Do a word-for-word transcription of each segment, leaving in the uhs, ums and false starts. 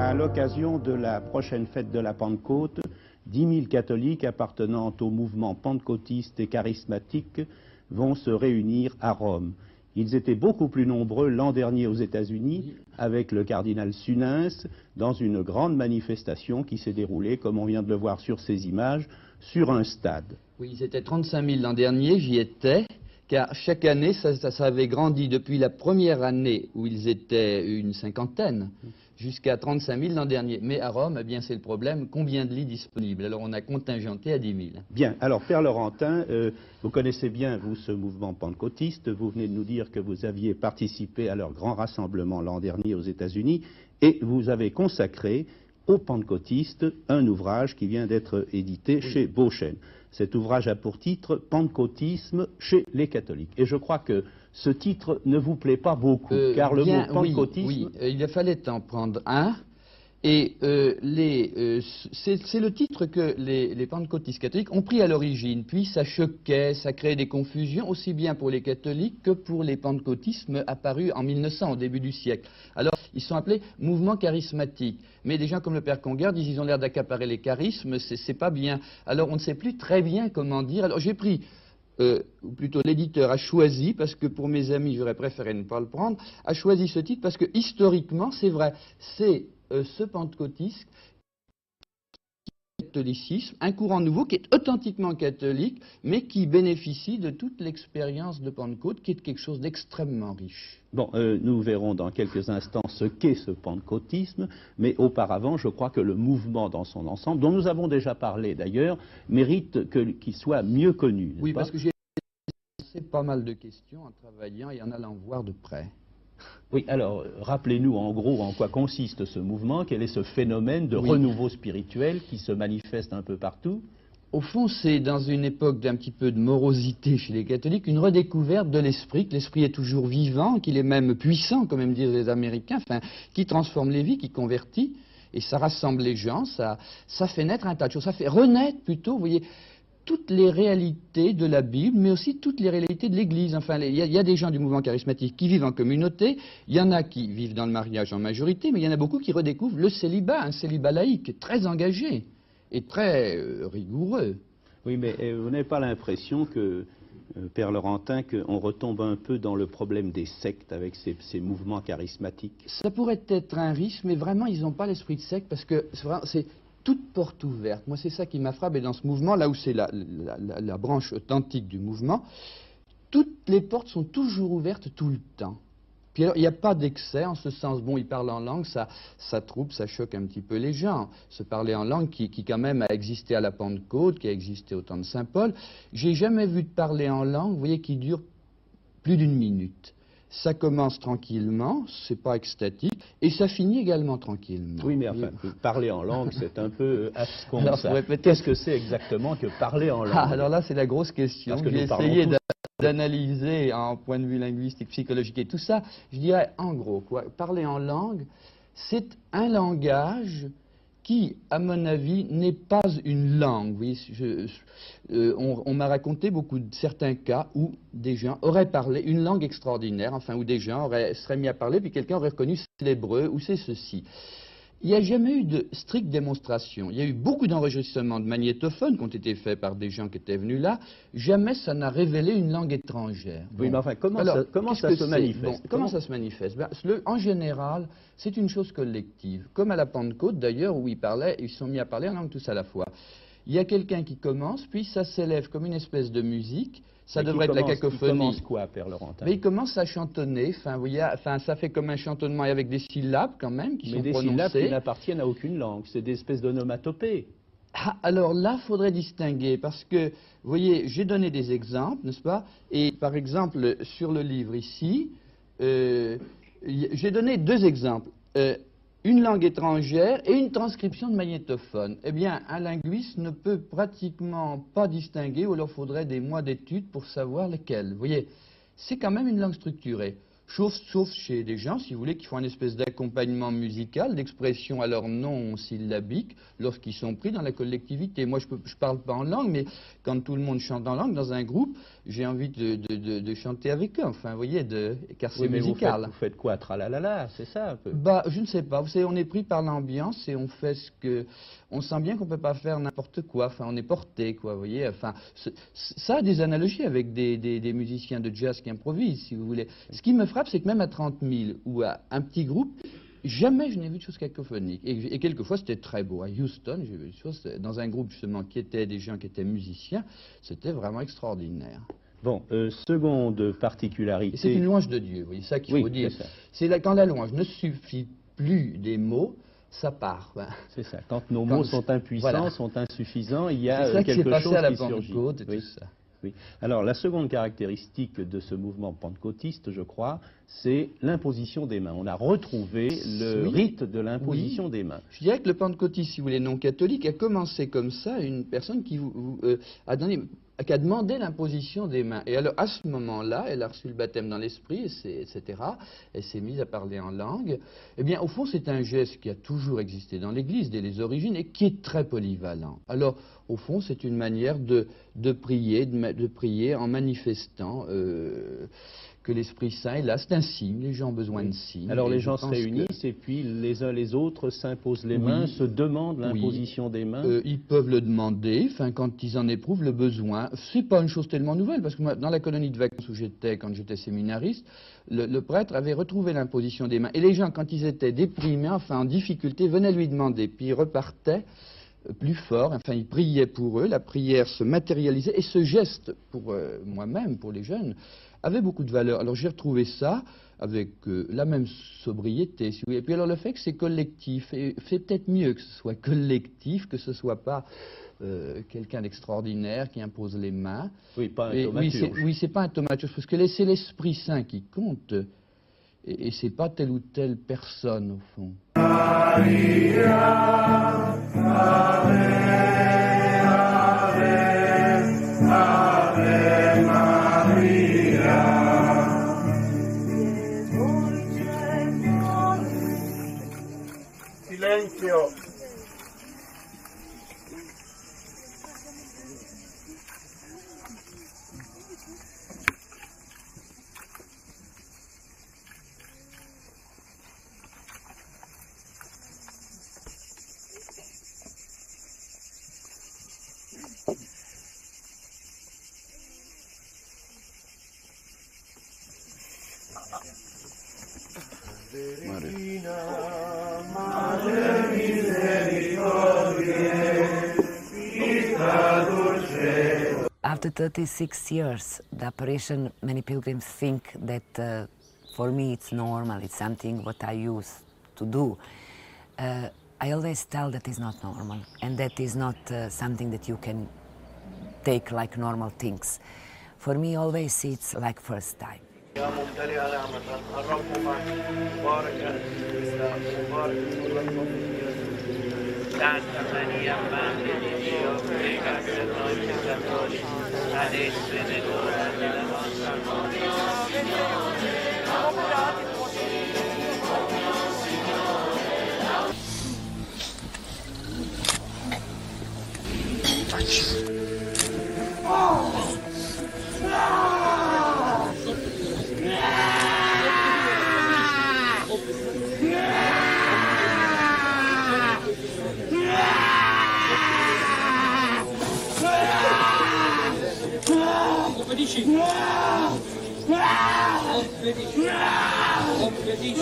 À l'occasion de la prochaine fête de la Pentecôte, dix mille catholiques appartenant au mouvement pentecôtiste et charismatique vont se réunir à Rome. Ils étaient beaucoup plus nombreux l'an dernier aux États-Unis avec le cardinal Sunens dans une grande manifestation qui s'est déroulée, comme on vient de le voir sur ces images, sur un stade. Oui, ils étaient trente-cinq mille l'an dernier, j'y étais, car chaque année, ça, ça, ça avait grandi depuis la première année où ils étaient une cinquantaine, jusqu'à trente-cinq mille l'an dernier. Mais à Rome, eh bien, c'est le problème, combien de lits disponibles? Alors on a contingenté à dix mille. Bien, alors Père Laurentin, euh, vous connaissez bien, vous, ce mouvement pentecôtiste. Vous venez de nous dire que vous aviez participé à leur grand rassemblement l'an dernier aux États-Unis et vous avez consacré aux pentecôtistes un ouvrage qui vient d'être édité oui. chez Beauchesne. Cet ouvrage a pour titre « Pentecôtisme chez les catholiques ». Et je crois que ce titre ne vous plaît pas beaucoup, euh, car le bien, mot pentecôtisme... Oui, oui. il fallait en prendre un, et euh, euh, c'est le titre que les, les pentecôtistes catholiques ont pris à l'origine, puis ça choquait, ça créait des confusions, aussi bien pour les catholiques que pour les pentecôtismes apparus en mille neuf cents, au début du siècle. Alors, ils sont appelés mouvements charismatiques. Mais des gens comme le Père Conguer disent ils ont l'air d'accaparer les charismes, c'est pas bien. Alors, on ne sait plus très bien comment dire. Alors, j'ai pris... Euh, ou plutôt l'éditeur a choisi, parce que pour mes amis j'aurais préféré ne pas le prendre, a choisi ce titre parce que historiquement c'est vrai, c'est euh, ce pentecôtisme, catholicisme, un courant nouveau qui est authentiquement catholique, mais qui bénéficie de toute l'expérience de Pentecôte, qui est quelque chose d'extrêmement riche. Bon, euh, nous verrons dans quelques instants ce qu'est ce pentecôtisme, mais auparavant, je crois que le mouvement dans son ensemble, dont nous avons déjà parlé d'ailleurs, mérite qu'il soit mieux connu. Oui, pas parce que j'ai posé pas mal de questions en travaillant et en allant voir de près. Oui, alors, rappelez-nous en gros en quoi consiste ce mouvement, quel est ce phénomène de oui. renouveau spirituel qui se manifeste un peu partout. Au fond, c'est dans une époque d'un petit peu de morosité chez les catholiques, une redécouverte de l'esprit, que l'esprit est toujours vivant, qu'il est même puissant, comme aiment dire les Américains, enfin, qui transforme les vies, qui convertit, et ça rassemble les gens, ça, ça fait naître un tas de choses, ça fait renaître plutôt, vous voyez, toutes les réalités de la Bible, mais aussi toutes les réalités de l'Église. Enfin, il y, y a des gens du mouvement charismatique qui vivent en communauté, il y en a qui vivent dans le mariage en majorité, mais il y en a beaucoup qui redécouvrent le célibat, un célibat laïque, très engagé et très euh, rigoureux. Oui, mais euh, vous n'avez pas l'impression que, euh, Père Laurentin, qu'on retombe un peu dans le problème des sectes avec ces, ces mouvements charismatiques? Ça pourrait être un risque, mais vraiment, ils n'ont pas l'esprit de secte, parce que c'est toute porte ouverte. Moi, c'est ça qui m'a frappé dans ce mouvement, là où c'est la, la, la, la branche authentique du mouvement. Toutes les portes sont toujours ouvertes tout le temps. Puis alors, il n'y a pas d'excès, en ce sens, bon, ils parlent en langue, ça, ça trouble, ça choque un petit peu les gens. Se parler en langue qui, qui quand même a existé à la Pentecôte, qui a existé au temps de Saint Paul. J'ai jamais vu de parler en langue, vous voyez, qui dure plus d'une minute. Ça commence tranquillement, c'est pas extatique, et ça finit également tranquillement. Oui, mais enfin, parler en langue, c'est un peu abscon. Qu'est-ce que c'est exactement que parler en langue? Ah, alors là, c'est la grosse question. J'ai essayé d'analyser en point de vue linguistique, psychologique et tout ça. Je dirais, en gros, quoi, parler en langue, c'est un langage qui, à mon avis, n'est pas une langue. Oui, je, euh, on on m'a raconté beaucoup de certains cas où des gens auraient parlé une langue extraordinaire, enfin, où des gens auraient, seraient mis à parler, puis quelqu'un aurait reconnu c'est l'hébreu ou c'est ceci. Il n'y a jamais eu de stricte démonstration. Il y a eu beaucoup d'enregistrements de magnétophones qui ont été faits par des gens qui étaient venus là. Jamais ça n'a révélé une langue étrangère. Bon. Oui, mais enfin, comment Alors, ça, comment ça se manifeste bon, Comment ça se manifeste ben, le, En général, c'est une chose collective. Comme à la Pentecôte, d'ailleurs, où ils parlaient, ils sont mis à parler en langue tous à la fois. Il y a quelqu'un qui commence, puis ça s'élève comme une espèce de musique. Ça devrait être commence, la cacophonie. Il commence quoi, Père Laurentin? Mais il commence à chantonner. Enfin, vous voyez, enfin, ça fait comme un chantonnement avec des syllabes quand même qui Mais sont des prononcées. syllabes qui n'appartiennent à aucune langue. C'est des espèces d'onomatopées. Ah, alors là, il faudrait distinguer parce que, vous voyez, j'ai donné des exemples, n'est-ce pas? Et par exemple, sur le livre ici, euh, j'ai donné deux exemples. Euh, une langue étrangère et une transcription de magnétophone. Eh bien, un linguiste ne peut pratiquement pas distinguer, ou alors il faudrait des mois d'études pour savoir lesquelles. Vous voyez, c'est quand même une langue structurée. Sauf, sauf chez des gens, si vous voulez, qui font une espèce d'accompagnement musical, d'expression à leur nom syllabique, lorsqu'ils sont pris dans la collectivité. Moi, je ne parle pas en langue, mais quand tout le monde chante en langue, dans un groupe, j'ai envie de, de, de, de chanter avec eux, enfin, vous voyez, de, car c'est oui, mais musical. Vous faites, vous faites quoi, tralalala, c'est ça un peu? Bah, je ne sais pas. Vous savez, on est pris par l'ambiance et on fait ce que... On sent bien qu'on ne peut pas faire n'importe quoi. Enfin, on est porté, quoi, vous voyez. Enfin, ça a des analogies avec des, des, des musiciens de jazz qui improvisent, si vous voulez. Ce qui me frappe, c'est que même à trente mille ou à un petit groupe, jamais je n'ai vu de choses cacophoniques. Et, et quelquefois, c'était très beau. À Houston, j'ai vu des choses dans un groupe, justement, qui étaient des gens qui étaient musiciens. C'était vraiment extraordinaire. Bon, euh, seconde particularité... C'est une louange de Dieu, oui, c'est ça qu'il oui, faut dire. C'est quand la louange ne suffit plus des mots, ça part. Ben. C'est ça. Quand nos quand mots sont impuissants, voilà. sont insuffisants, il y a ça quelque qui chose à la qui surgit. Pentecôte et oui. tout ça. Oui. Alors, la seconde caractéristique de ce mouvement pentecôtiste, je crois, c'est l'imposition des mains. On a retrouvé le oui. rite de l'imposition oui. des mains. Je dirais que le pentecôtiste, si vous voulez, non catholique, a commencé comme ça, une personne qui vous, euh, a donné... qui a demandé l'imposition des mains. Et alors, à ce moment-là, elle a reçu le baptême dans l'esprit, et cetera. Elle s'est mise à parler en langue. Eh bien, au fond, c'est un geste qui a toujours existé dans l'Église, dès les origines, et qui est très polyvalent. Alors, au fond, c'est une manière de, de prier, de, de prier en manifestant euh, que l'Esprit Saint est là. C'est un signe, les gens ont besoin de signes. Alors, les gens se réunissent, que... et puis les uns les autres s'imposent les mains, oui. se demandent l'imposition oui. des mains. Euh, ils peuvent le demander, enfin, quand ils en éprouvent le besoin. C'est pas une chose tellement nouvelle, parce que moi, dans la colonie de vacances où j'étais, quand j'étais séminariste, le, le prêtre avait retrouvé l'imposition des mains. Et les gens, quand ils étaient déprimés, enfin en difficulté, venaient lui demander. Puis ils repartaient plus fort, enfin ils priaient pour eux, la prière se matérialisait. Et ce geste, pour euh, moi-même, pour les jeunes, avait beaucoup de valeur. Alors j'ai retrouvé ça avec euh, la même sobriété, si vous voulez. Et puis alors le fait que c'est collectif, et c'est peut-être mieux que ce soit collectif, que ce soit pas euh, quelqu'un d'extraordinaire qui impose les mains. Oui, pas un et, thaumaturge. Oui, c'est pas un thaumaturge, parce que c'est l'Esprit Saint qui compte, et, et c'est pas telle ou telle personne, au fond. Maria, Ave, Ave, Ave Maria. Silenzio. Vergina, Madre Misericordiae, vita dulce. After thirty-six years, the apparition, many pilgrims think that uh, for me it's normal, it's something what I used to do. Uh, I always tell that is not normal, and that is not uh, something that you can take like normal things. For me, always it's like first time. يا ممتلئ نعمة الرب معك مبارك أنت في الإسلام مبارك Santa Maria, Madre di Dio, prega per noi peccatori, adesso e nell'ora della nostra morte. Obbedisci! Obbedisci! Obbedisci!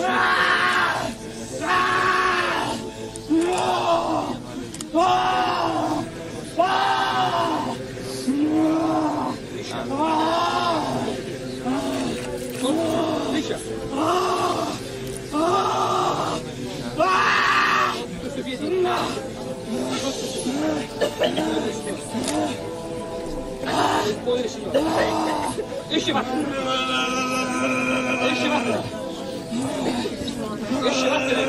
Questo piedi! Esci vattene! Esci vattene! Esci vattene!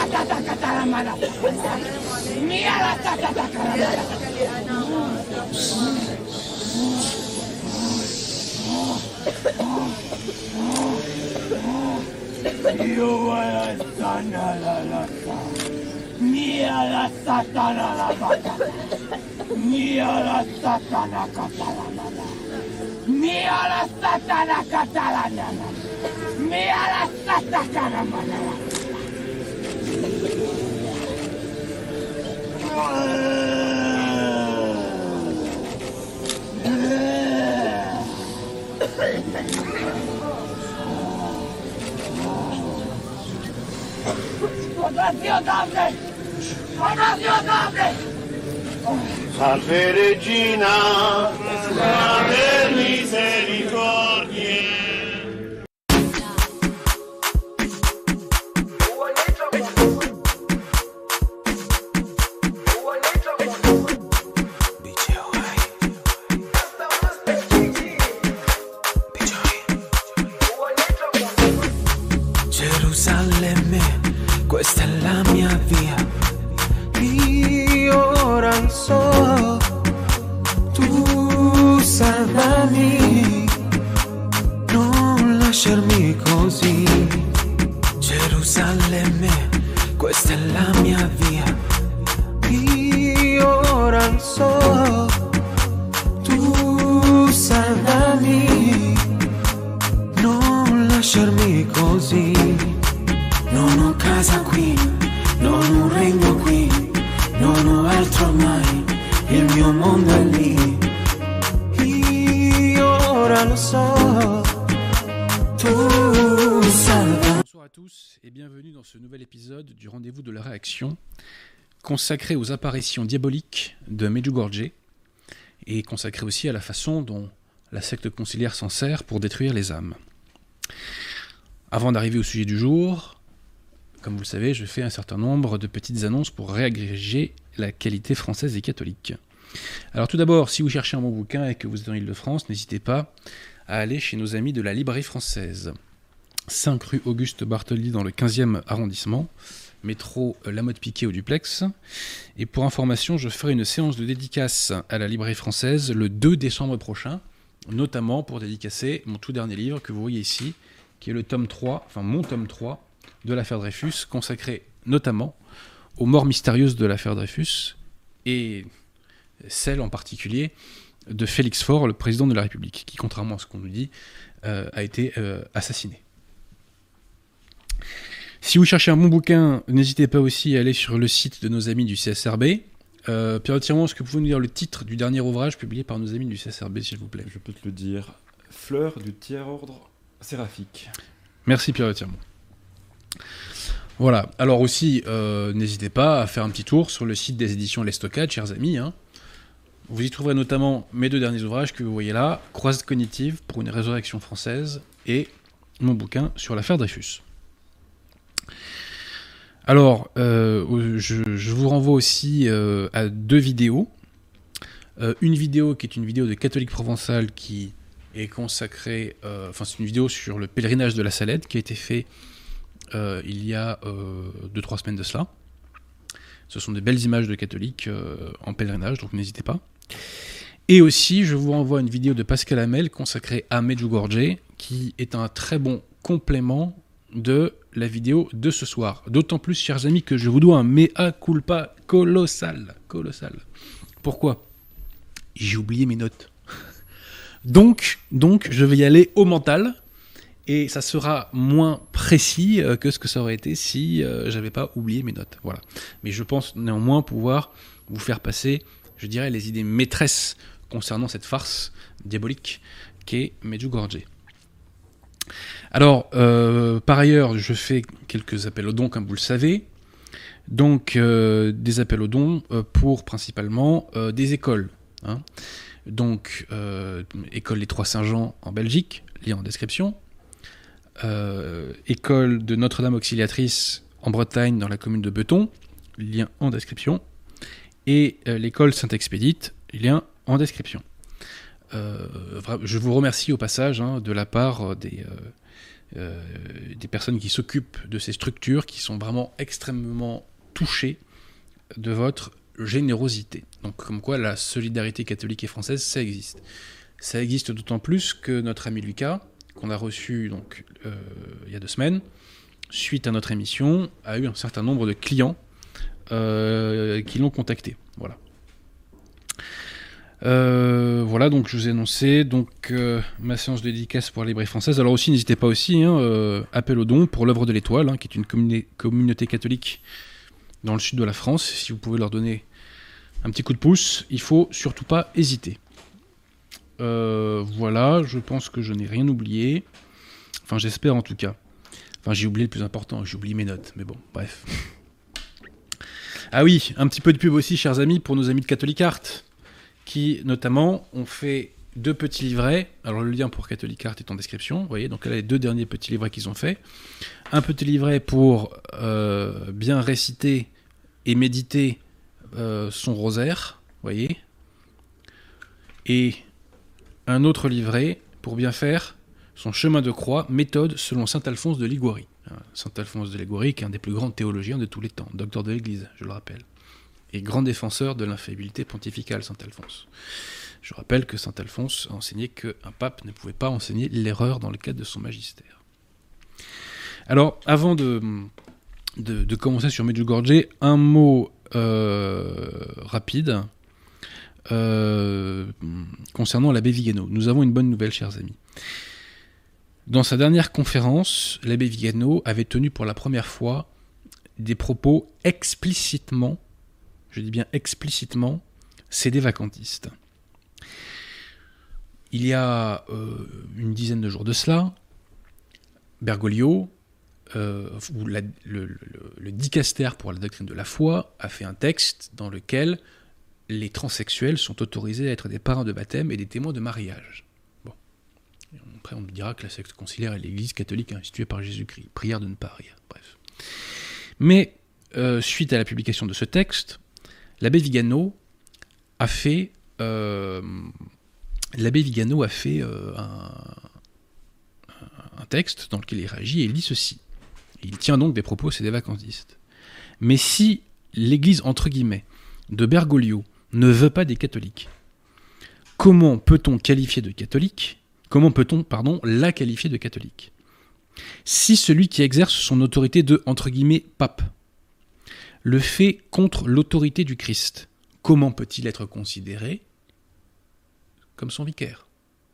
Io la sana la la mia la satana la bata mia la satana catalana mia la satana catalana mia la satana manana Salve Regina, per misericordie. Gerusalemme, questa è la mia via. Io ora lo so, tu salvami, non lasciarmi così. Gerusalemme, questa è la mia via. Io ora lo so, tu salvami, non lasciarmi così. Non ho casa qui, non ho un regno qui, non ho altro mai, il mio mondo è lì. Io ora lo so, tu salva. Bonsoir à tous et bienvenue dans ce nouvel épisode du Rendez-vous de la Réaction, consacré aux apparitions diaboliques de Medjugorje et consacré aussi à la façon dont la secte conciliaire s'en sert pour détruire les âmes. Avant d'arriver au sujet du jour, comme vous le savez, je fais un certain nombre de petites annonces pour réagréger la qualité française et catholique. Alors tout d'abord, si vous cherchez un bon bouquin et que vous êtes en Île-de-France, n'hésitez pas à aller chez nos amis de la Librairie Française. cinq rue Auguste Bartholdi dans le quinzième arrondissement, métro Lamotte-Piquet au duplex. Et pour information, je ferai une séance de dédicace à la Librairie Française le deux décembre prochain, notamment pour dédicacer mon tout dernier livre que vous voyez ici, qui est le tome trois, enfin mon tome trois, de l'affaire Dreyfus, consacré notamment aux morts mystérieuses de l'affaire Dreyfus, et celle en particulier de Félix Faure, le président de la République, qui, contrairement à ce qu'on nous dit, euh, a été euh, assassiné. Si vous cherchez un bon bouquin, n'hésitez pas aussi à aller sur le site de nos amis du C S R B. Euh, Pierre Tirmont, est-ce que vous pouvez nous dire le titre du dernier ouvrage publié par nos amis du C S R B, s'il vous plaît? Je peux te le dire. Fleurs du tiers-ordre séraphique. Merci Pierre Tirmont. Voilà, alors aussi, euh, n'hésitez pas à faire un petit tour sur le site des éditions L'Estocade, chers amis. Hein. Vous y trouverez notamment mes deux derniers ouvrages que vous voyez là, Croisade cognitive pour une résurrection française et mon bouquin sur l'affaire Dreyfus. Alors, euh, je, je vous renvoie aussi euh, à deux vidéos. Euh, une vidéo qui est une vidéo de Catholique Provençal qui est consacrée, euh, enfin c'est une vidéo sur le pèlerinage de la Salette qui a été fait Euh, il y a euh, deux trois semaines de cela. Ce sont des belles images de catholiques euh, en pèlerinage, donc n'hésitez pas. Et aussi, je vous renvoie à une vidéo de Pascal Hamel consacrée à Medjugorje, qui est un très bon complément de la vidéo de ce soir. D'autant plus, chers amis, que je vous dois un mea culpa colossal. Colossal. Pourquoi ? J'ai oublié mes notes. donc, donc, je vais y aller au mental. Et ça sera moins précis que ce que ça aurait été si euh, j'avais pas oublié mes notes. Voilà. Mais je pense néanmoins pouvoir vous faire passer, je dirais, les idées maîtresses concernant cette farce diabolique qu'est Medjugorje. Alors, euh, par ailleurs, je fais quelques appels aux dons, comme vous le savez. Donc, euh, des appels aux dons euh, pour principalement euh, des écoles. Hein. Donc, euh, école Les Trois Saint-Jean en Belgique, lien en description. Euh, école de Notre-Dame Auxiliatrice en Bretagne dans la commune de Beton, lien en description, et euh, l'école Saint-Expédite, lien en description. Euh, je vous remercie au passage hein, de la part des, euh, euh, des personnes qui s'occupent de ces structures, qui sont vraiment extrêmement touchées de votre générosité. Donc comme quoi la solidarité catholique et française, ça existe. Ça existe d'autant plus que notre ami Lucas, qu'on a reçu donc, euh, il y a deux semaines, suite à notre émission, a eu un certain nombre de clients euh, qui l'ont contacté. Voilà. Euh, voilà, donc je vous ai annoncé donc, euh, ma séance de dédicace pour la librairie française. Alors aussi, n'hésitez pas aussi, hein, euh, appel aux dons pour l'œuvre de l'Étoile, hein, qui est une communi- communauté catholique dans le sud de la France. Si vous pouvez leur donner un petit coup de pouce, il faut surtout pas hésiter. Euh, voilà, je pense que je n'ai rien oublié. Enfin, j'espère en tout cas. Enfin, j'ai oublié le plus important, j'ai oublié mes notes, mais bon, bref. Ah oui, un petit peu de pub aussi, chers amis, pour nos amis de Catholic Art, qui notamment ont fait deux petits livrets. Alors le lien pour Catholic Art est en description, vous voyez, donc là les deux derniers petits livrets qu'ils ont fait. Un petit livret pour euh, bien réciter et méditer euh, son rosaire, vous voyez. Et un autre livret pour bien faire son chemin de croix, méthode selon saint Alphonse de Liguori. Saint Alphonse de Liguori, qui est un des plus grands théologiens de tous les temps, docteur de l'Église, je le rappelle, et grand défenseur de l'infaillibilité pontificale, saint Alphonse. Je rappelle que saint Alphonse a enseigné qu'un pape ne pouvait pas enseigner l'erreur dans le cadre de son magistère. Alors, avant de, de, de commencer sur Medjugorje, un mot euh, rapide euh, concernant l'abbé Vigano. Nous avons une bonne nouvelle, chers amis. Dans sa dernière conférence, l'abbé Vigano avait tenu pour la première fois des propos explicitement, je dis bien explicitement, sédévacantistes. Il y a euh, une dizaine de jours de cela, Bergoglio, euh, ou la, le, le, le dicaster pour la doctrine de la foi, a fait un texte dans lequel les transsexuels sont autorisés à être des parrains de baptême et des témoins de mariage. Bon. Et après, on nous dira que la secte conciliaire est l'Église catholique instituée par Jésus-Christ. Prière de ne pas rire. Bref. Mais, euh, suite à la publication de ce texte, l'abbé Vigano a fait, euh, l'abbé Vigano a fait euh, un, un texte dans lequel il réagit et il dit ceci. Il tient donc des propos sédévacantistes. Mais si l'Église, entre guillemets, de Bergoglio ne veut pas des catholiques, comment peut-on qualifier de catholique, comment peut-on, pardon, la qualifier de catholique ? Si celui qui exerce son autorité de, entre guillemets, pape, le fait contre l'autorité du Christ, comment peut-il être considéré comme son vicaire ?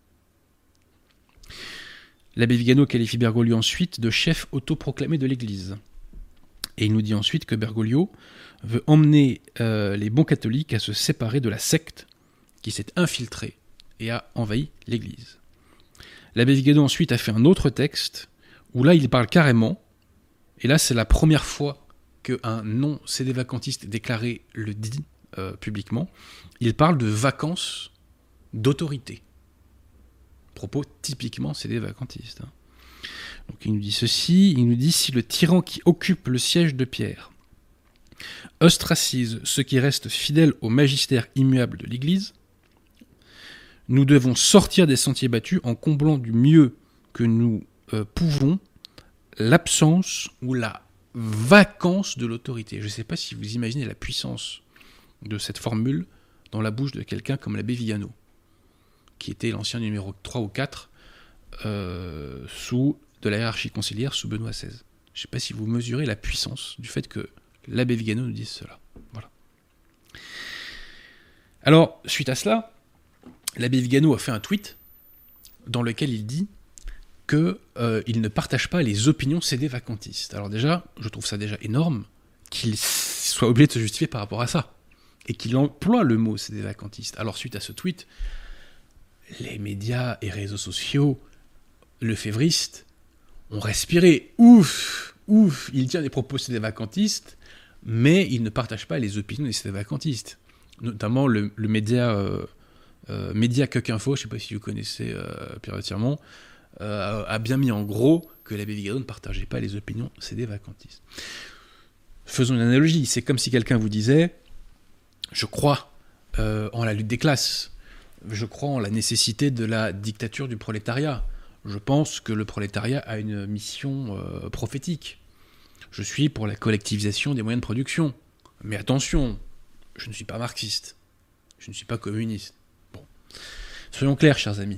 L'abbé Vigano qualifie Bergoglio ensuite de chef autoproclamé de l'Église. Et il nous dit ensuite que Bergoglio veut emmener euh, les bons catholiques à se séparer de la secte qui s'est infiltrée et a envahi l'Église. L'abbé Vigano ensuite a fait un autre texte où là il parle carrément, et là c'est la première fois qu'un non-sédévacantiste déclaré le dit euh, publiquement, il parle de vacances d'autorité. Propos typiquement sédévacantistes. Hein. Donc il nous dit ceci, il nous dit « Si le tyran qui occupe le siège de Pierre ostracise ceux qui restent fidèles au magistère immuable de l'Église, nous devons sortir des sentiers battus en comblant du mieux que nous euh, pouvons l'absence ou la vacance de l'autorité. » Je ne sais pas si vous imaginez la puissance de cette formule dans la bouche de quelqu'un comme l'abbé Vigano, qui était l'ancien numéro trois ou quatre euh, sous de la hiérarchie conciliaire sous Benoît seize. Je ne sais pas si vous mesurez la puissance du fait que l'abbé Vigano nous dise cela. Voilà. Alors, suite à cela, l'abbé Vigano a fait un tweet dans lequel il dit qu'il euh, ne partage pas les opinions sédévacantistes. Alors déjà, je trouve ça déjà énorme qu'il soit obligé de se justifier par rapport à ça, et qu'il emploie le mot sédévacantiste. Alors suite à ce tweet, les médias et réseaux sociaux, lefévristes, ont respiré. Ouf, ouf, il tient des propos sédévacantistes, mais il ne partage pas les opinions des sédévacantistes. Notamment le, le média, euh, euh, média Coq-Info, je ne sais pas si vous connaissez euh, Pierre Tirmont, euh, a bien mis en gros que l'abbé Vigano ne partageait pas les opinions sédévacantistes. Faisons une analogie, c'est comme si quelqu'un vous disait « Je crois euh, en la lutte des classes ». Je crois en la nécessité de la dictature du prolétariat. Je pense que le prolétariat a une mission euh, prophétique. Je suis pour la collectivisation des moyens de production. Mais attention, je ne suis pas marxiste. Je ne suis pas communiste. Bon. Soyons clairs, chers amis.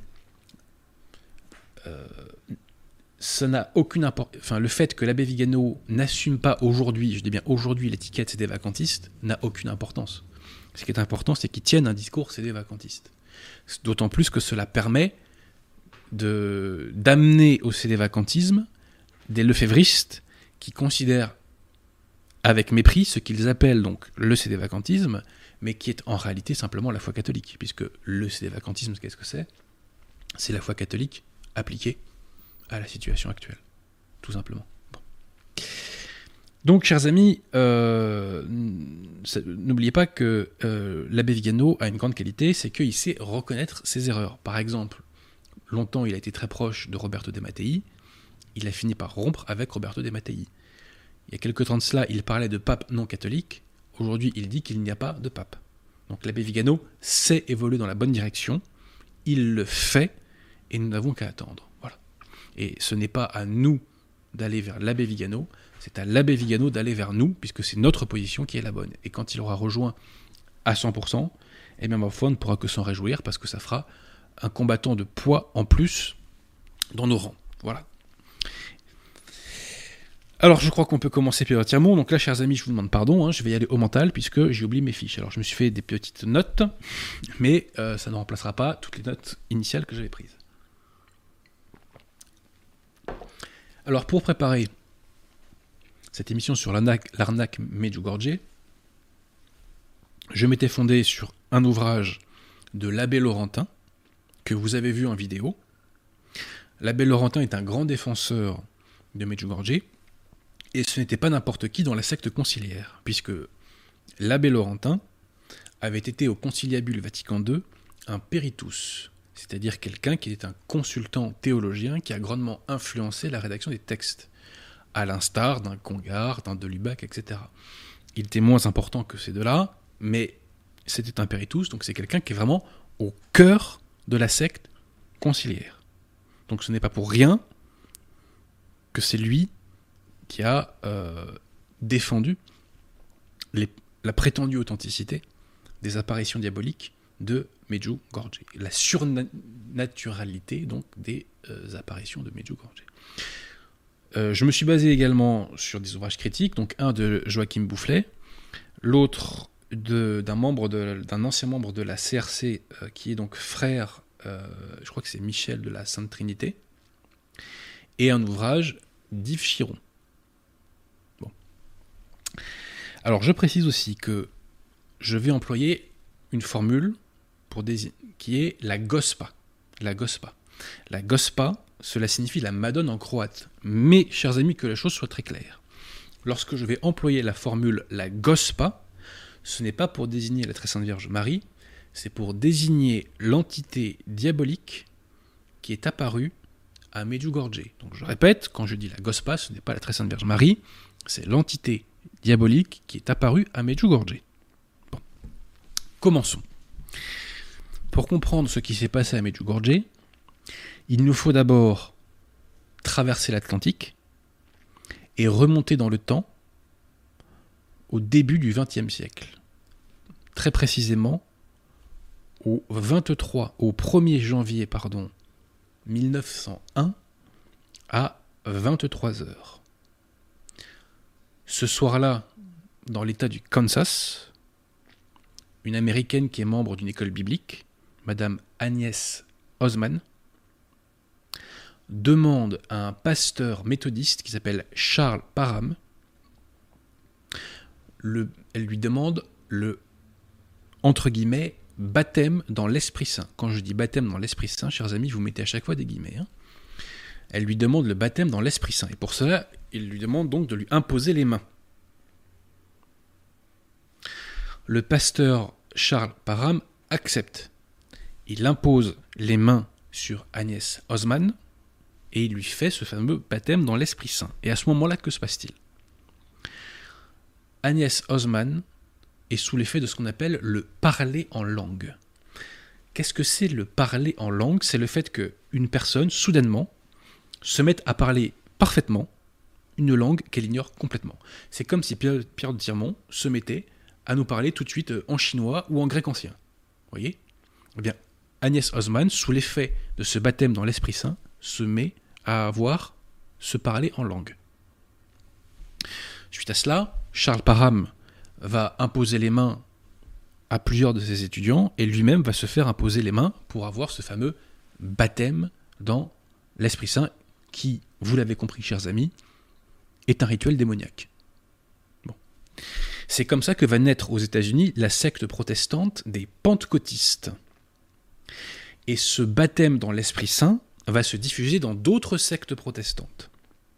Euh, ça n'a aucune importance. Enfin, le fait que l'abbé Vigano n'assume pas aujourd'hui, je dis bien aujourd'hui, l'étiquette C D vacantiste, n'a aucune importance. Ce qui est important, c'est qu'il tienne un discours C D vacantiste. D'autant plus que cela permet de, d'amener au C D vacantisme des lefévristes qui considèrent avec mépris ce qu'ils appellent donc le C D vacantisme, mais qui est en réalité simplement la foi catholique, puisque le C D vacantisme, qu'est-ce que c'est ? C'est la foi catholique appliquée à la situation actuelle, tout simplement. Bon. Donc, chers amis, euh, n'oubliez pas que euh, l'abbé Vigano a une grande qualité, c'est qu'il sait reconnaître ses erreurs. Par exemple, longtemps, il a été très proche de Roberto De Mattei, il a fini par rompre avec Roberto De Mattei. Il y a quelque temps de cela, il parlait de pape non catholique, aujourd'hui, il dit qu'il n'y a pas de pape. Donc, l'abbé Vigano sait évoluer dans la bonne direction, il le fait, et nous n'avons qu'à attendre. Voilà. Et ce n'est pas à nous d'aller vers l'abbé Vigano, c'est à l'abbé Vigano d'aller vers nous, puisque c'est notre position qui est la bonne. Et quand il aura rejoint à cent pour cent, eh bien ma foi, on ne pourra que s'en réjouir, parce que ça fera un combattant de poids en plus dans nos rangs. Voilà. Alors, je crois qu'on peut commencer par le tiers-monde. Donc là, chers amis, je vous demande pardon, hein, je vais y aller au mental, puisque j'ai oublié mes fiches. Alors, je me suis fait des petites notes, mais euh, ça ne remplacera pas toutes les notes initiales que j'avais prises. Alors, pour préparer cette émission sur l'arnaque Medjugorje, je m'étais fondé sur un ouvrage de l'abbé Laurentin, que vous avez vu en vidéo. L'abbé Laurentin est un grand défenseur de Medjugorje, et ce n'était pas n'importe qui dans la secte conciliaire, puisque l'abbé Laurentin avait été au Conciliabule Vatican deux un peritus, c'est-à-dire quelqu'un qui est un consultant théologien qui a grandement influencé la rédaction des textes, à l'instar d'un Congar, d'un de Lubac, et cetera. Il était moins important que ces deux-là, mais c'était un peritus, donc c'est quelqu'un qui est vraiment au cœur de la secte conciliaire. Donc ce n'est pas pour rien que c'est lui qui a euh, défendu les, la prétendue authenticité des apparitions diaboliques de Medjugorje, la surnaturalité donc des euh, apparitions de Medjugorje. Euh, je me suis basé également sur des ouvrages critiques, donc un de Joachim Boufflet, l'autre d'un membre de, d'un ancien membre de la C R C euh, qui est donc frère, euh, je crois que c'est Michel de la Sainte Trinité, et un ouvrage d'Yves Chiron. Bon. Alors je précise aussi que je vais employer une formule pour désigner, qui est la gospa. La gospa. La gospa, cela signifie la Madone en croate. Mais, chers amis, que la chose soit très claire. Lorsque je vais employer la formule la gospa, ce n'est pas pour désigner la très sainte Vierge Marie, c'est pour désigner l'entité diabolique qui est apparue à Medjugorje. Donc je répète, quand je dis la gospa, ce n'est pas la très sainte Vierge Marie, c'est l'entité diabolique qui est apparue à Medjugorje. Bon. Commençons. Pour comprendre ce qui s'est passé à Medjugorje, il nous faut d'abord traverser l'Atlantique et remonter dans le temps au début du vingtième siècle. Très précisément, au vingt-trois, au premier janvier, pardon, mille neuf cent un, à vingt-trois heures. Ce soir-là, dans l'État du Kansas, une Américaine qui est membre d'une école biblique, Madame Agnès Osman, demande à un pasteur méthodiste qui s'appelle Charles Parham, le, elle lui demande le, entre guillemets, baptême dans l'Esprit Saint. Quand je dis baptême dans l'Esprit Saint, chers amis, vous mettez à chaque fois des guillemets. Hein. Elle lui demande le baptême dans l'Esprit Saint. Et pour cela, il lui demande donc de lui imposer les mains. Le pasteur Charles Parham accepte. Il impose les mains sur Agnès Osman et il lui fait ce fameux baptême dans l'Esprit Saint. Et à ce moment-là, que se passe-t-il ? Agnès Osman est sous l'effet de ce qu'on appelle le parler en langue. Qu'est-ce que c'est le parler en langue ? C'est le fait qu'une personne, soudainement, se mettent à parler parfaitement une langue qu'elle ignore complètement. C'est comme si Pierre, Pierre de Tirmont se mettait à nous parler tout de suite en chinois ou en grec ancien. Vous voyez ? Eh bien, Agnès Osman, sous l'effet de ce baptême dans l'Esprit Saint, se met à avoir se parler en langue. Suite à cela, Charles Parham va imposer les mains à plusieurs de ses étudiants et lui-même va se faire imposer les mains pour avoir ce fameux baptême dans l'Esprit Saint qui, vous l'avez compris, chers amis, est un rituel démoniaque. Bon. C'est comme ça que va naître aux États-Unis la secte protestante des pentecôtistes. Et ce baptême dans l'Esprit Saint va se diffuser dans d'autres sectes protestantes.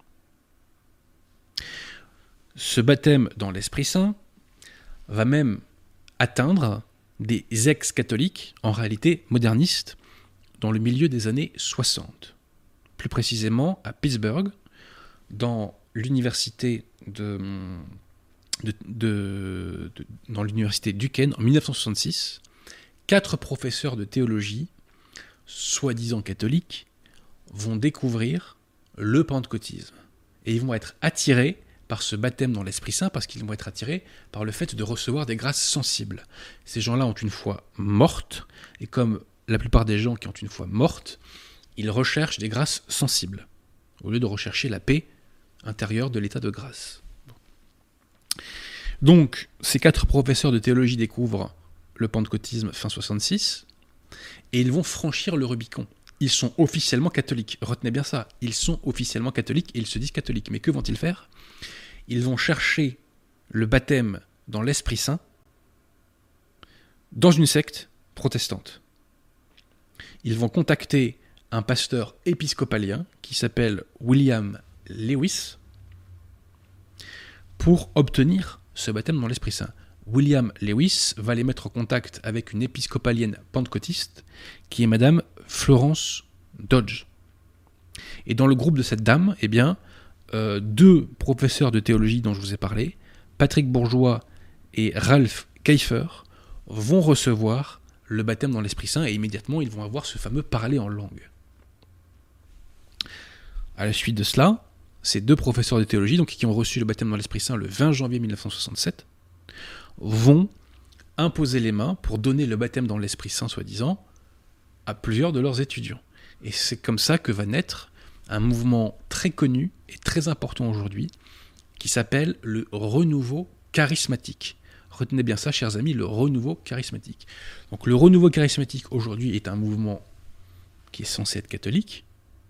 Ce baptême dans l'Esprit Saint va même atteindre des ex-catholiques, en réalité modernistes, dans le milieu des années soixante. Plus précisément à Pittsburgh, dans l'université de, de, de, de dans l'université Duquesne en mille neuf cent soixante-six, quatre professeurs de théologie, soi-disant catholiques, vont découvrir le pentecôtisme. Et ils vont être attirés par ce baptême dans l'Esprit Saint, parce qu'ils vont être attirés par le fait de recevoir des grâces sensibles. Ces gens-là ont une foi morte, et comme la plupart des gens qui ont une foi morte, ils recherchent des grâces sensibles, au lieu de rechercher la paix intérieure de l'état de grâce. Donc, ces quatre professeurs de théologie découvrent le pentecôtisme fin soixante-six, et ils vont franchir le Rubicon. Ils sont officiellement catholiques. Retenez bien ça. Ils sont officiellement catholiques et ils se disent catholiques. Mais que vont-ils faire ? Ils vont chercher le baptême dans l'Esprit Saint dans une secte protestante. Ils vont contacter un pasteur épiscopalien qui s'appelle William Lewis pour obtenir ce baptême dans l'Esprit Saint. William Lewis va les mettre en contact avec une épiscopalienne pentecôtiste qui est Madame Florence Dodge. Et dans le groupe de cette dame, eh bien, euh, deux professeurs de théologie dont je vous ai parlé, Patrick Bourgeois et Ralph Keifer, vont recevoir le baptême dans l'Esprit Saint et immédiatement ils vont avoir ce fameux parler en langue. À la suite de cela, ces deux professeurs de théologie, donc qui ont reçu le baptême dans l'Esprit Saint le vingt janvier mille neuf cent soixante-sept, vont imposer les mains pour donner le baptême dans l'Esprit Saint, soi-disant, à plusieurs de leurs étudiants. Et c'est comme ça que va naître un mouvement très connu et très important aujourd'hui, qui s'appelle le renouveau charismatique. Retenez bien ça, chers amis, le renouveau charismatique. Donc le renouveau charismatique aujourd'hui est un mouvement qui est censé être catholique,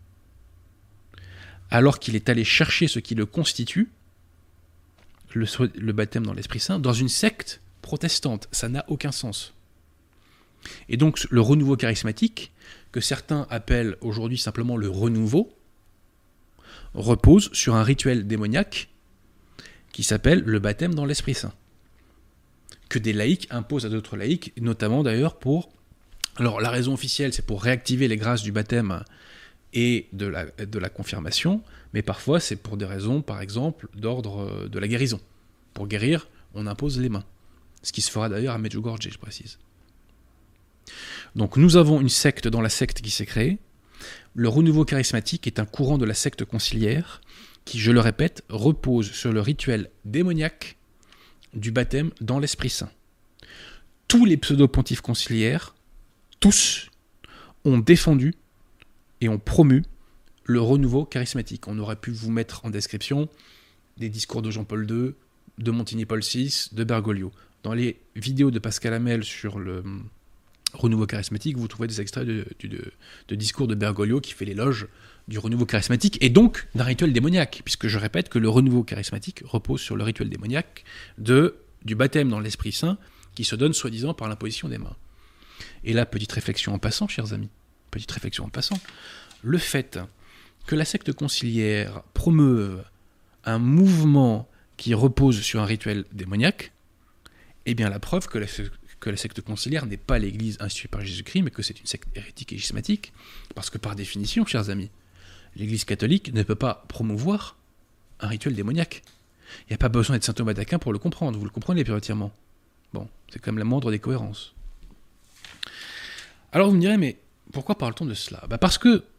alors qu'il est allé chercher ce qui le constitue, le, le baptême dans l'Esprit Saint, dans une secte protestante. Ça n'a aucun sens. Et donc le renouveau charismatique, que certains appellent aujourd'hui simplement le renouveau, repose sur un rituel démoniaque qui s'appelle le baptême dans l'Esprit Saint, que des laïcs imposent à d'autres laïcs, notamment d'ailleurs pour... Alors la raison officielle, c'est pour réactiver les grâces du baptême et de la, de la confirmation, mais parfois c'est pour des raisons, par exemple, d'ordre de la guérison. Pour guérir, on impose les mains. Ce qui se fera d'ailleurs à Medjugorje, je précise. Donc nous avons une secte dans la secte qui s'est créée. Le renouveau charismatique est un courant de la secte conciliaire qui, je le répète, repose sur le rituel démoniaque du baptême dans l'Esprit Saint. Tous les pseudo-pontifes conciliaires, tous, ont défendu et ont promu le renouveau charismatique. On aurait pu vous mettre en description des discours de Jean-Paul deux, de Montigny-Paul six, de Bergoglio. Dans les vidéos de Pascal Hamel sur le renouveau charismatique, vous trouvez des extraits de, de, de, de discours de Bergoglio qui fait l'éloge du renouveau charismatique et donc d'un rituel démoniaque, puisque je répète que le renouveau charismatique repose sur le rituel démoniaque de, du baptême dans l'Esprit Saint qui se donne soi-disant par l'imposition des mains. Et là, petite réflexion en passant, chers amis, petite réflexion en passant, le fait que la secte conciliaire promeuve un mouvement qui repose sur un rituel démoniaque, est bien la preuve que la, que la secte conciliaire n'est pas l'Église instituée par Jésus-Christ, mais que c'est une secte hérétique et schismatique, parce que par définition, chers amis, l'Église catholique ne peut pas promouvoir un rituel démoniaque. Il n'y a pas besoin d'être saint Thomas d'Aquin pour le comprendre, vous le comprenez entièrement. Bon, c'est quand même la moindre des cohérences. Alors vous me direz, mais pourquoi parle-t-on de cela ? Bah parce que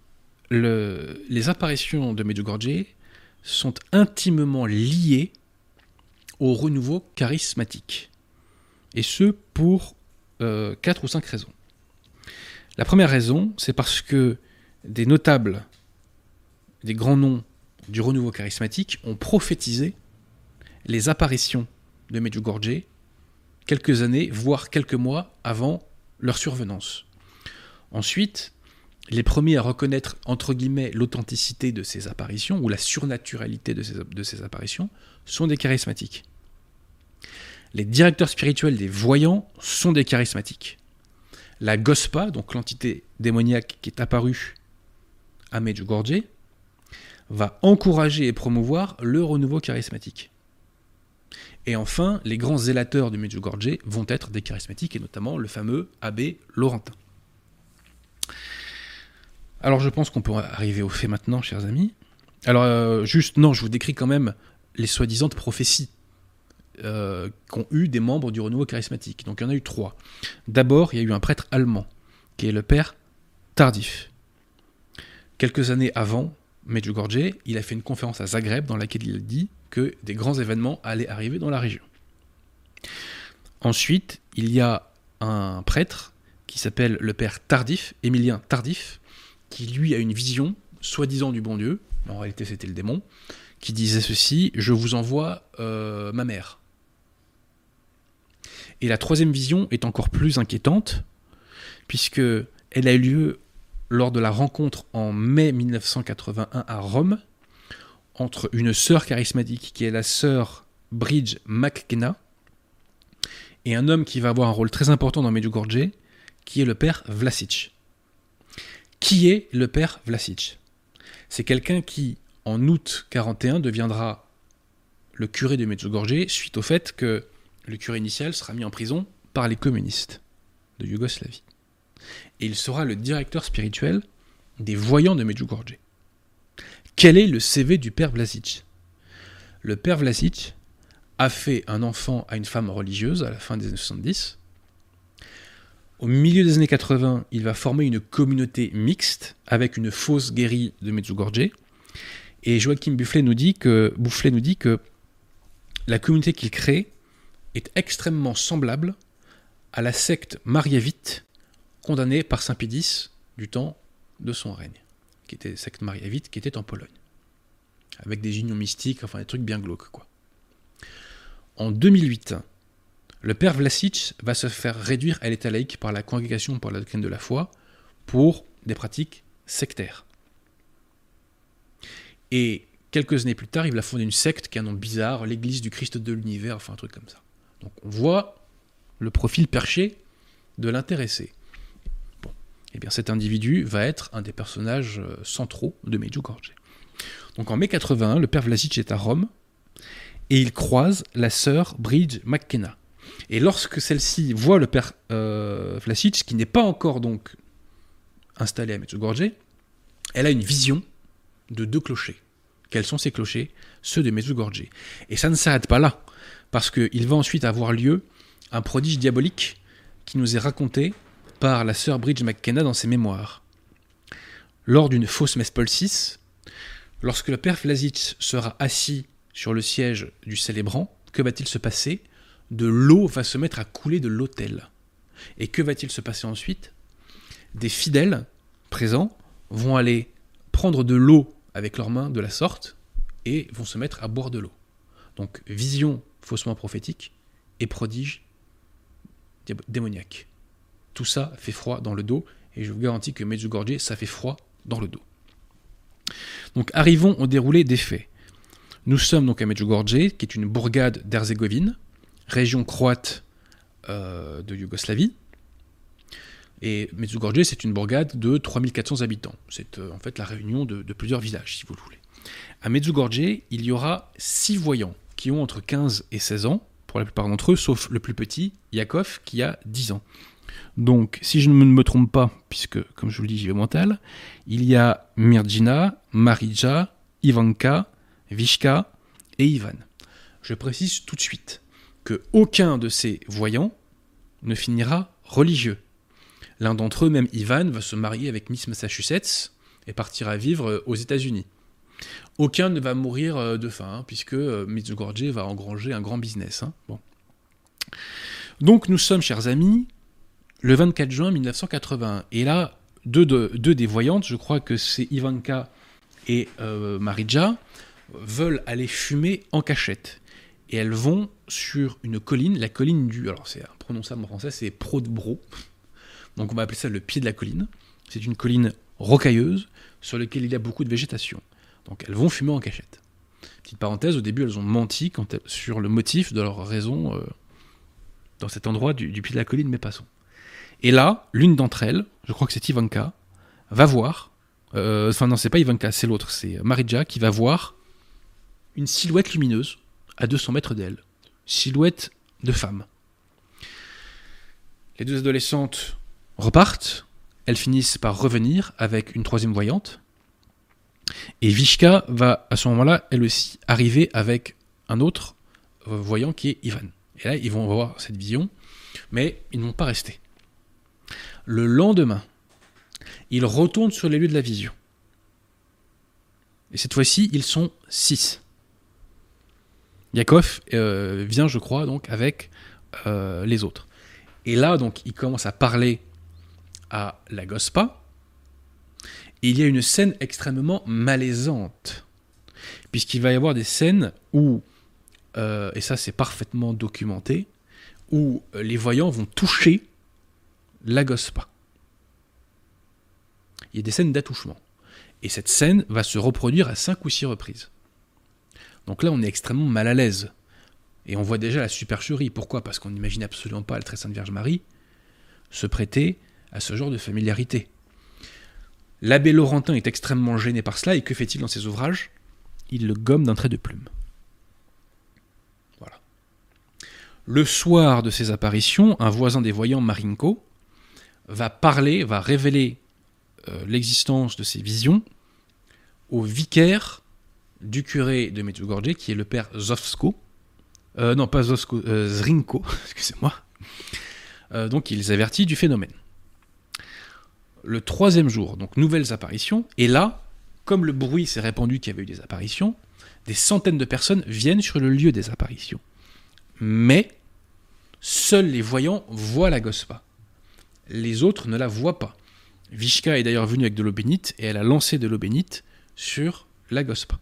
le, les apparitions de Medjugorje sont intimement liées au renouveau charismatique. Et ce, pour euh, quatre ou cinq raisons. La première raison, c'est parce que des notables, des grands noms du renouveau charismatique ont prophétisé les apparitions de Medjugorje quelques années, voire quelques mois avant leur survenance. Ensuite, les premiers à reconnaître, entre guillemets, l'authenticité de ces apparitions, ou la surnaturalité de ces, de ces apparitions, sont des charismatiques. Les directeurs spirituels des voyants sont des charismatiques. La Gospa, donc l'entité démoniaque qui est apparue à Medjugorje, va encourager et promouvoir le renouveau charismatique. Et enfin, les grands zélateurs de Medjugorje vont être des charismatiques, et notamment le fameux abbé Laurentin. Alors je pense qu'on peut arriver aux faits maintenant, chers amis. Alors euh, juste, non, je vous décris quand même les soi-disant prophéties euh, qu'ont eu des membres du renouveau charismatique. Donc il y en a eu trois. D'abord, il y a eu un prêtre allemand, qui est le père Tardif. Quelques années avant Medjugorje, il a fait une conférence à Zagreb dans laquelle il a dit que des grands événements allaient arriver dans la région. Ensuite, il y a un prêtre qui s'appelle le père Tardif, Émilien Tardif, qui lui a une vision, soi-disant du bon Dieu, mais en réalité c'était le démon, qui disait ceci: « Je vous envoie euh, ma mère ». Et la troisième vision est encore plus inquiétante, puisque elle a eu lieu lors de la rencontre en mai mille neuf cent quatre-vingt-un à Rome, entre une sœur charismatique qui est la sœur Bridge McKenna, et un homme qui va avoir un rôle très important dans Medjugorje, qui est le père Vlasic. Qui est le père Vlasic ? C'est quelqu'un qui, en août quarante et un, deviendra le curé de Medjugorje suite au fait que le curé initial sera mis en prison par les communistes de Yougoslavie. Et il sera le directeur spirituel des voyants de Medjugorje. Quel est le C V du père Vlasic ? Le père Vlasic a fait un enfant à une femme religieuse à la fin des années soixante-dix. Au milieu des années quatre-vingts, il va former une communauté mixte avec une fausse guérie de Medjugorje. Et Joachim Boufflet nous dit que, Boufflet nous dit que la communauté qu'il crée est extrêmement semblable à la secte mariavite condamnée par Saint Pie X du temps de son règne, qui était secte mariavite qui était en Pologne, avec des unions mystiques, enfin des trucs bien glauques, quoi. En deux mille huit, le père Vlasic va se faire réduire à l'état laïque par la Congrégation pour la doctrine de la foi pour des pratiques sectaires. Et quelques années plus tard, il va fonder une secte qui a un nom bizarre, l'Église du Christ de l'univers, enfin un truc comme ça. Donc on voit le profil perché de l'intéressé. Bon, et bien cet individu va être un des personnages centraux de Medjugorje. Donc en mai quatre-vingt-un, le père Vlasic est à Rome et il croise la sœur Bridge McKenna. Et lorsque celle-ci voit le père euh, Vlasic, qui n'est pas encore donc installé à Medjugorje, elle a une vision de deux clochers. Quels sont ces clochers ? Ceux de Medjugorje. Et ça ne s'arrête pas là, parce qu'il va ensuite avoir lieu un prodige diabolique qui nous est raconté par la sœur Bridge McKenna dans ses mémoires. Lors d'une fausse messe Paul six, lorsque le père Vlasic sera assis sur le siège du célébrant, que va-t-il se passer ? De l'eau va se mettre à couler de l'autel. Et que va-t-il se passer ensuite ? Des fidèles présents vont aller prendre de l'eau avec leurs mains de la sorte et vont se mettre à boire de l'eau. Donc vision faussement prophétique et prodige démoniaque. Tout ça fait froid dans le dos et je vous garantis que Medjugorje, ça fait froid dans le dos. Donc arrivons au déroulé des faits. Nous sommes donc à Medjugorje, qui est une bourgade d'Herzégovine, région croate euh, de Yougoslavie. Et Medjugorje, c'est une bourgade de trois mille quatre cents habitants. C'est euh, en fait la réunion de, de plusieurs villages, si vous le voulez. À Medjugorje, il y aura six voyants qui ont entre quinze et seize ans, pour la plupart d'entre eux, sauf le plus petit, Yakov, qui a dix ans. Donc, si je ne me trompe pas, puisque, comme je vous le dis, j'y vais mental, il y a Mirjina, Marija, Ivanka, Vishka et Ivan. Je précise tout de suite que aucun de ces voyants ne finira religieux. L'un d'entre eux, même Ivan, va se marier avec Miss Massachusetts et partira vivre aux États-Unis. Aucun ne va mourir de faim, hein, puisque Medjugorje va engranger un grand business. Hein. Bon. Donc nous sommes, chers amis, le vingt-quatre juin mille neuf cent quatre-vingt-un. Et là, deux, deux, deux des voyantes, je crois que c'est Ivanka et euh, Marija, veulent aller fumer en cachette. Et elles vont sur une colline, la colline du... Alors c'est imprononçable en français, c'est Prodbro. Donc on va appeler ça le pied de la colline. C'est une colline rocailleuse sur laquelle il y a beaucoup de végétation. Donc elles vont fumer en cachette. Petite parenthèse, au début elles ont menti quand elles, sur le motif de leur raison euh, dans cet endroit du, du pied de la colline, mais passons. Et là, l'une d'entre elles, je crois que c'est Ivanka, va voir... Euh, enfin non, c'est pas Ivanka, c'est l'autre, c'est Marija qui va voir une silhouette lumineuse à deux cents mètres d'elle. Silhouette de femme. Les deux adolescentes repartent, elles finissent par revenir avec une troisième voyante, et Vishka va à ce moment-là, elle aussi, arriver avec un autre voyant qui est Ivan. Et là, ils vont avoir cette vision, mais ils ne vont pas rester. Le lendemain, ils retournent sur les lieux de la vision. Et cette fois-ci, ils sont six. Yakov euh, vient, je crois, donc avec euh, les autres. Et là, donc, il commence à parler à la Gospa. Et il y a une scène extrêmement malaisante, puisqu'il va y avoir des scènes où, euh, et ça c'est parfaitement documenté, où les voyants vont toucher la Gospa. Il y a des scènes d'attouchement. Et cette scène va se reproduire à cinq ou six reprises. Donc là, on est extrêmement mal à l'aise. Et on voit déjà la supercherie. Pourquoi ? Parce qu'on n'imagine absolument pas la très sainte Vierge Marie se prêter à ce genre de familiarité. L'abbé Laurentin est extrêmement gêné par cela, et que fait-il dans ses ouvrages ? Il le gomme d'un trait de plume. Voilà. Le soir de ces apparitions, un voisin des voyants, Marinko, va parler, va révéler euh, l'existence de ces visions au vicaire du curé de Medjugorje, qui est le père Zovsko. Euh, non, pas Zovsko, euh, Zrinko, excusez-moi. Euh, donc, il les avertit du phénomène. Le troisième jour, donc nouvelles apparitions, et là, comme le bruit s'est répandu qu'il y avait eu des apparitions, des centaines de personnes viennent sur le lieu des apparitions. Mais seuls les voyants voient la Gospa. Les autres ne la voient pas. Vishka est d'ailleurs venue avec de l'eau bénite, et elle a lancé de l'eau bénite sur la Gospa.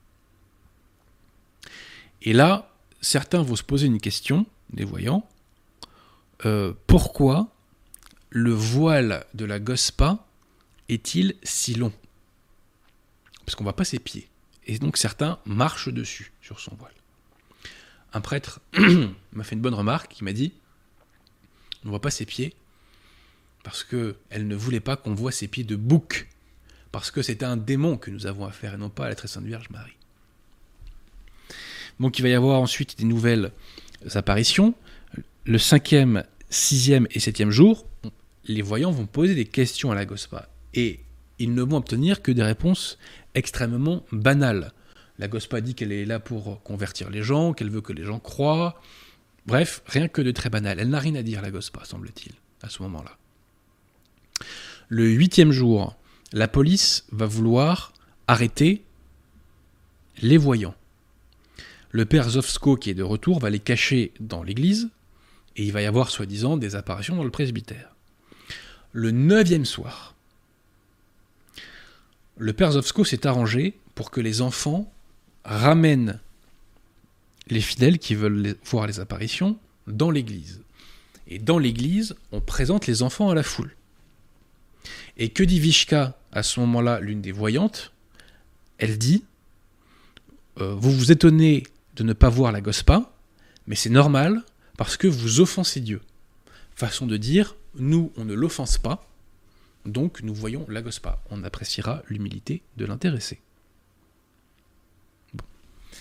Et là, certains vont se poser une question, des voyants, euh, pourquoi le voile de la Gospa est-il si long ? Parce qu'on ne voit pas ses pieds. Et donc certains marchent dessus, sur son voile. Un prêtre m'a fait une bonne remarque, il m'a dit « On ne voit pas ses pieds parce qu'elle ne voulait pas qu'on voit ses pieds de bouc, parce que c'était un démon que nous avons affaire, et non pas à la très sainte Vierge Marie. » Donc il va y avoir ensuite des nouvelles apparitions. Le cinquième, sixième et septième jour, les voyants vont poser des questions à la Gospa, et ils ne vont obtenir que des réponses extrêmement banales. La Gospa dit qu'elle est là pour convertir les gens, qu'elle veut que les gens croient. Bref, rien que de très banal. Elle n'a rien à dire, la Gospa, semble-t-il, à ce moment-là. Le huitième jour, la police va vouloir arrêter les voyants. Le père Zovsko, qui est de retour, va les cacher dans l'église, et il va y avoir, soi-disant, des apparitions dans le presbytère. Le neuvième soir, le père Zovsko s'est arrangé pour que les enfants ramènent les fidèles qui veulent les, voir les apparitions dans l'église. Et dans l'église, on présente les enfants à la foule. Et que dit Vishka, à ce moment-là, l'une des voyantes ? Elle dit euh, « Vous vous étonnez de ne pas voir la Gospa, mais c'est normal parce que vous offensez Dieu. » Façon de dire, nous, on ne l'offense pas, donc nous voyons la Gospa. On appréciera l'humilité de l'intéressé. Bon.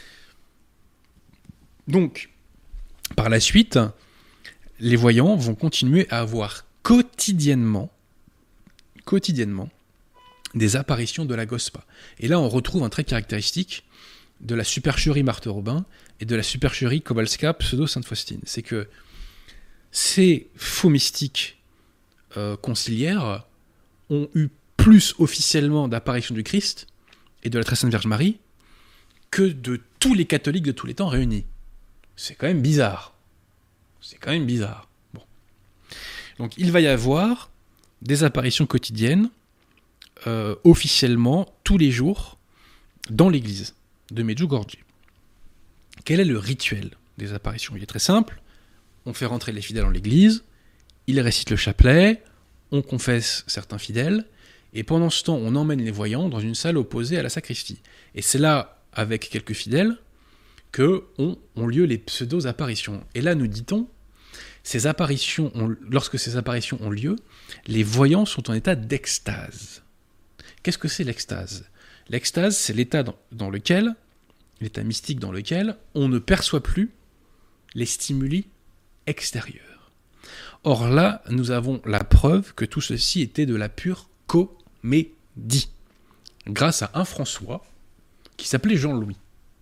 Donc, par la suite, les voyants vont continuer à avoir quotidiennement, quotidiennement des apparitions de la Gospa. Et là, on retrouve un trait caractéristique de la supercherie Marthe Robin et de la supercherie Kowalska pseudo-Sainte-Faustine. C'est que ces faux mystiques euh, conciliaires ont eu plus officiellement d'apparitions du Christ et de la Très Sainte Vierge Marie que de tous les catholiques de tous les temps réunis. C'est quand même bizarre. C'est quand même bizarre. Bon. Donc il va y avoir des apparitions quotidiennes, euh, officiellement, tous les jours, dans l'église de Medjugorje. Quel est le rituel des apparitions? Il est très simple. On fait rentrer les fidèles dans l'église, ils récitent le chapelet, on confesse certains fidèles, et pendant ce temps, on emmène les voyants dans une salle opposée à la sacristie. Et c'est là, avec quelques fidèles, que ont, ont lieu les pseudo-apparitions. Et là, nous dit-on, ces apparitions ont, lorsque ces apparitions ont lieu, les voyants sont en état d'extase. Qu'est-ce que c'est l'extase? L'extase, c'est l'état dans, dans lequel, l'état mystique dans lequel on ne perçoit plus les stimuli extérieurs. Or là, nous avons la preuve que tout ceci était de la pure comédie, grâce à un François qui s'appelait Jean-Louis.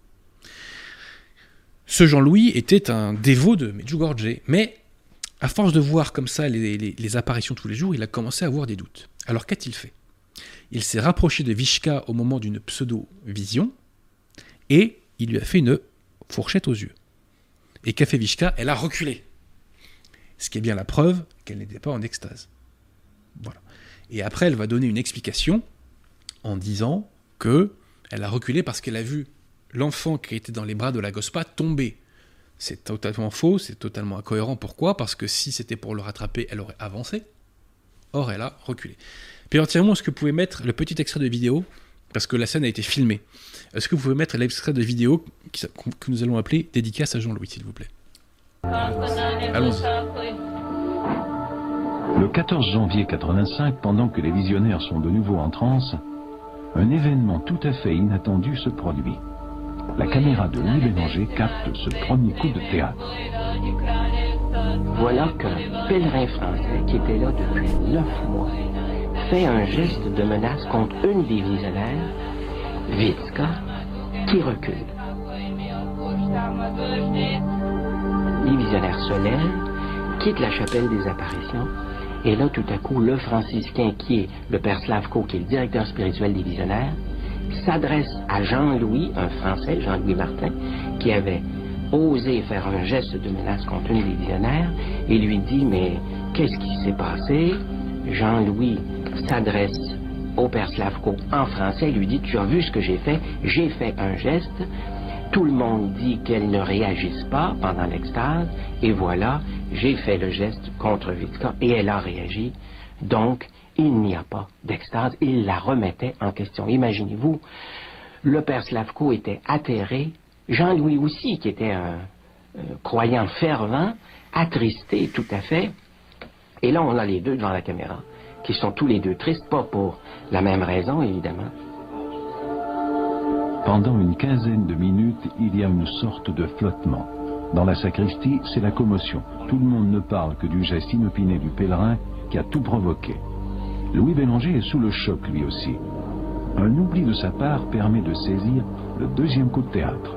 Ce Jean-Louis était un dévot de Medjugorje, mais à force de voir comme ça les, les, les apparitions tous les jours, il a commencé à avoir des doutes. Alors qu'a-t-il fait? Il s'est rapproché de Vishka au moment d'une pseudo-vision, et il lui a fait une fourchette aux yeux. Et qu'a fait Vishka? Elle a reculé. Ce qui est bien la preuve qu'elle n'était pas en extase. Voilà. Et après, elle va donner une explication en disant que elle a reculé parce qu'elle a vu l'enfant qui était dans les bras de la Gospa tomber. C'est totalement faux, c'est totalement incohérent. Pourquoi? Parce que si c'était pour le rattraper, elle aurait avancé. Or, elle a reculé. Puis entièrement, est-ce que vous pouvez mettre le petit extrait de vidéo? Parce que la scène a été filmée. Est-ce que vous pouvez mettre l'extrait de vidéo que nous allons appeler dédicace à Jean-Louis, s'il vous plaît? Allons-y. Le quatorze janvier quatre-vingt-cinq, pendant que les visionnaires sont de nouveau en transe, un événement tout à fait inattendu se produit. La caméra de Louis Bélanger capte ce premier coup de théâtre. Voilà qu'un pèlerin français qui était là depuis neuf mois fait un geste de menace contre une des visionnaires, Vitska, qui recule. Les visionnaires se lèvent, quittent la chapelle des apparitions, et là, tout à coup, le franciscain, qui est le père Slavko, qui est le directeur spirituel des visionnaires, s'adresse à Jean-Louis, un Français, Jean-Louis Martin, qui avait osé faire un geste de menace contre une des visionnaires, et lui dit, mais qu'est-ce qui s'est passé? Jean-Louis s'adresse au père Slavko en français, lui dit, tu as vu ce que j'ai fait? J'ai fait un geste. Tout le monde dit qu'elle ne réagisse pas pendant l'extase, et voilà, j'ai fait le geste contre Vitska, et elle a réagi. Donc, il n'y a pas d'extase, il la remettait en question. Imaginez-vous, le père Slavko était atterré, Jean-Louis aussi, qui était un, un croyant fervent, attristé tout à fait, et là on a les deux devant la caméra, qui sont tous les deux tristes, pas pour la même raison, évidemment. Pendant une quinzaine de minutes, il y a une sorte de flottement. Dans la sacristie, c'est la commotion. Tout le monde ne parle que du geste inopiné du pèlerin qui a tout provoqué. Louis Bélanger est sous le choc lui aussi. Un oubli de sa part permet de saisir le deuxième coup de théâtre.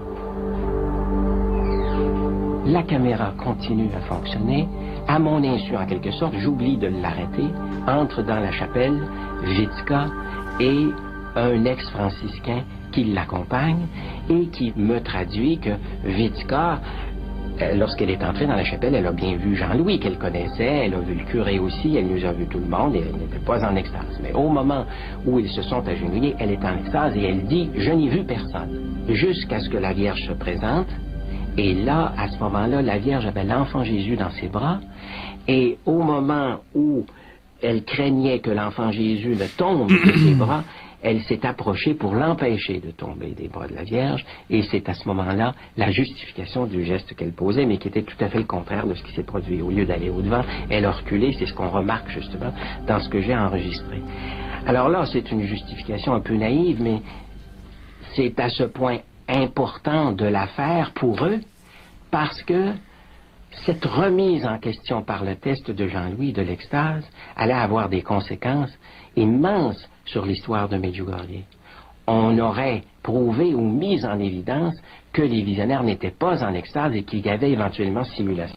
La caméra continue à fonctionner. À mon insu, en quelque sorte, j'oublie de l'arrêter. Entre dans la chapelle Vitska et un ex-franciscain qui l'accompagne et qui me traduit que Vitska, lorsqu'elle est entrée dans la chapelle, elle a bien vu Jean-Louis qu'elle connaissait, elle a vu le curé aussi, elle nous a vu tout le monde et elle n'était pas en extase. Mais au moment où ils se sont agenouillés, elle est en extase et elle dit « Je n'ai vu personne » jusqu'à ce que la Vierge se présente. Et là, à ce moment-là, la Vierge avait l'enfant Jésus dans ses bras et au moment où elle craignait que l'enfant Jésus ne tombe de ses bras, elle s'est approchée pour l'empêcher de tomber des bras de la Vierge, et c'est à ce moment-là la justification du geste qu'elle posait, mais qui était tout à fait le contraire de ce qui s'est produit. Au lieu d'aller au-devant, elle a reculé, c'est ce qu'on remarque justement dans ce que j'ai enregistré. Alors là, c'est une justification un peu naïve, mais c'est à ce point important de la faire pour eux, parce que cette remise en question par le test de Jean-Louis de l'extase allait avoir des conséquences immenses sur l'histoire de Medjugorje. On aurait prouvé ou mis en évidence que les visionnaires n'étaient pas en extase et qu'il y avait éventuellement simulation.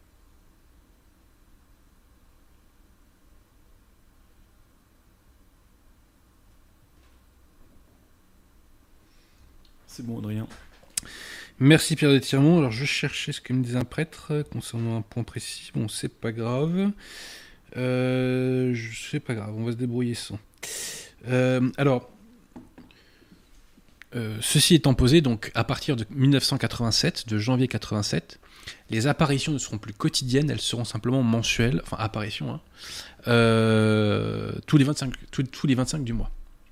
C'est bon, Adrien. Merci Pierre de Tirmont. Alors je cherchais ce que me disait un prêtre concernant un point précis. Bon, c'est pas grave. Euh, c'est pas grave, on va se débrouiller sans. Euh, alors, euh, ceci étant posé, donc à partir de mille neuf cent quatre-vingt-sept, de janvier quatre-vingt-sept, les apparitions ne seront plus quotidiennes, elles seront simplement mensuelles, enfin apparitions, hein, euh, tous les vingt-cinq, tous, tous les vingt-cinq du mois.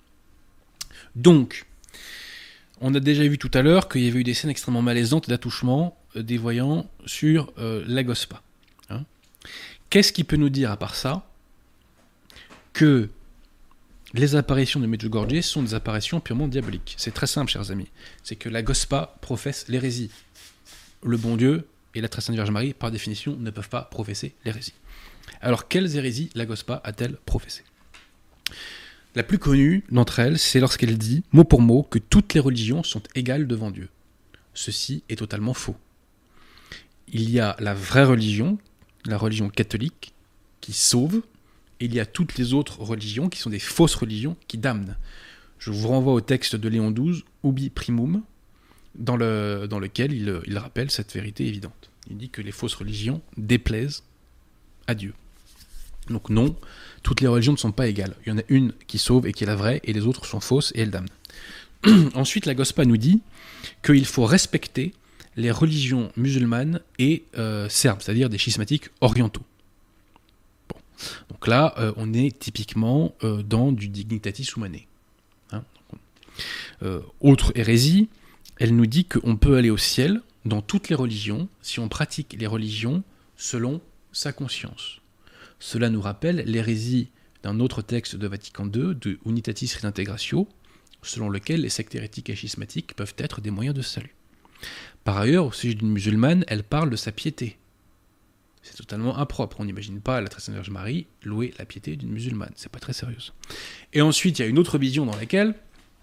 Donc, on a déjà vu tout à l'heure qu'il y avait eu des scènes extrêmement malaisantes d'attouchement euh, des voyants sur euh, l'Agospa. Hein. Qu'est-ce qui peut nous dire, à part ça, que les apparitions de Medjugorje sont des apparitions purement diaboliques? C'est très simple, chers amis. C'est que l'Agospa professe l'hérésie. Le bon Dieu et la très sainte Vierge Marie, par définition, ne peuvent pas professer l'hérésie. Alors, quelles hérésies l'Agospa a-t-elle professées? La plus connue d'entre elles, c'est lorsqu'elle dit, mot pour mot, que toutes les religions sont égales devant Dieu. Ceci est totalement faux. Il y a la vraie religion, la religion catholique, qui sauve, et il y a toutes les autres religions qui sont des fausses religions qui damnent. Je vous renvoie au texte de Léon douze, Ubi Primum, dans, le, dans lequel il, il rappelle cette vérité évidente. Il dit que les fausses religions déplaisent à Dieu. Donc non, toutes les religions ne sont pas égales. Il y en a une qui sauve et qui est la vraie, et les autres sont fausses et elles damnent. Ensuite, l'Agospa nous dit qu'il faut respecter les religions musulmanes et euh, serbes, c'est-à-dire des schismatiques orientaux. Bon. Donc là, euh, on est typiquement euh, dans du dignitatis humanae. Hein. Euh, autre hérésie, elle nous dit qu'on peut aller au ciel dans toutes les religions si on pratique les religions selon sa conscience. Cela nous rappelle l'hérésie d'un autre texte de Vatican deux, de Unitatis Redintegratio, selon lequel les sectes hérétiques et schismatiques peuvent être des moyens de salut. Par ailleurs, au sujet d'une musulmane, elle parle de sa piété. C'est totalement impropre. On n'imagine pas la très sainte Vierge Marie louer la piété d'une musulmane. C'est pas très sérieux. Et ensuite, il y a une autre vision dans laquelle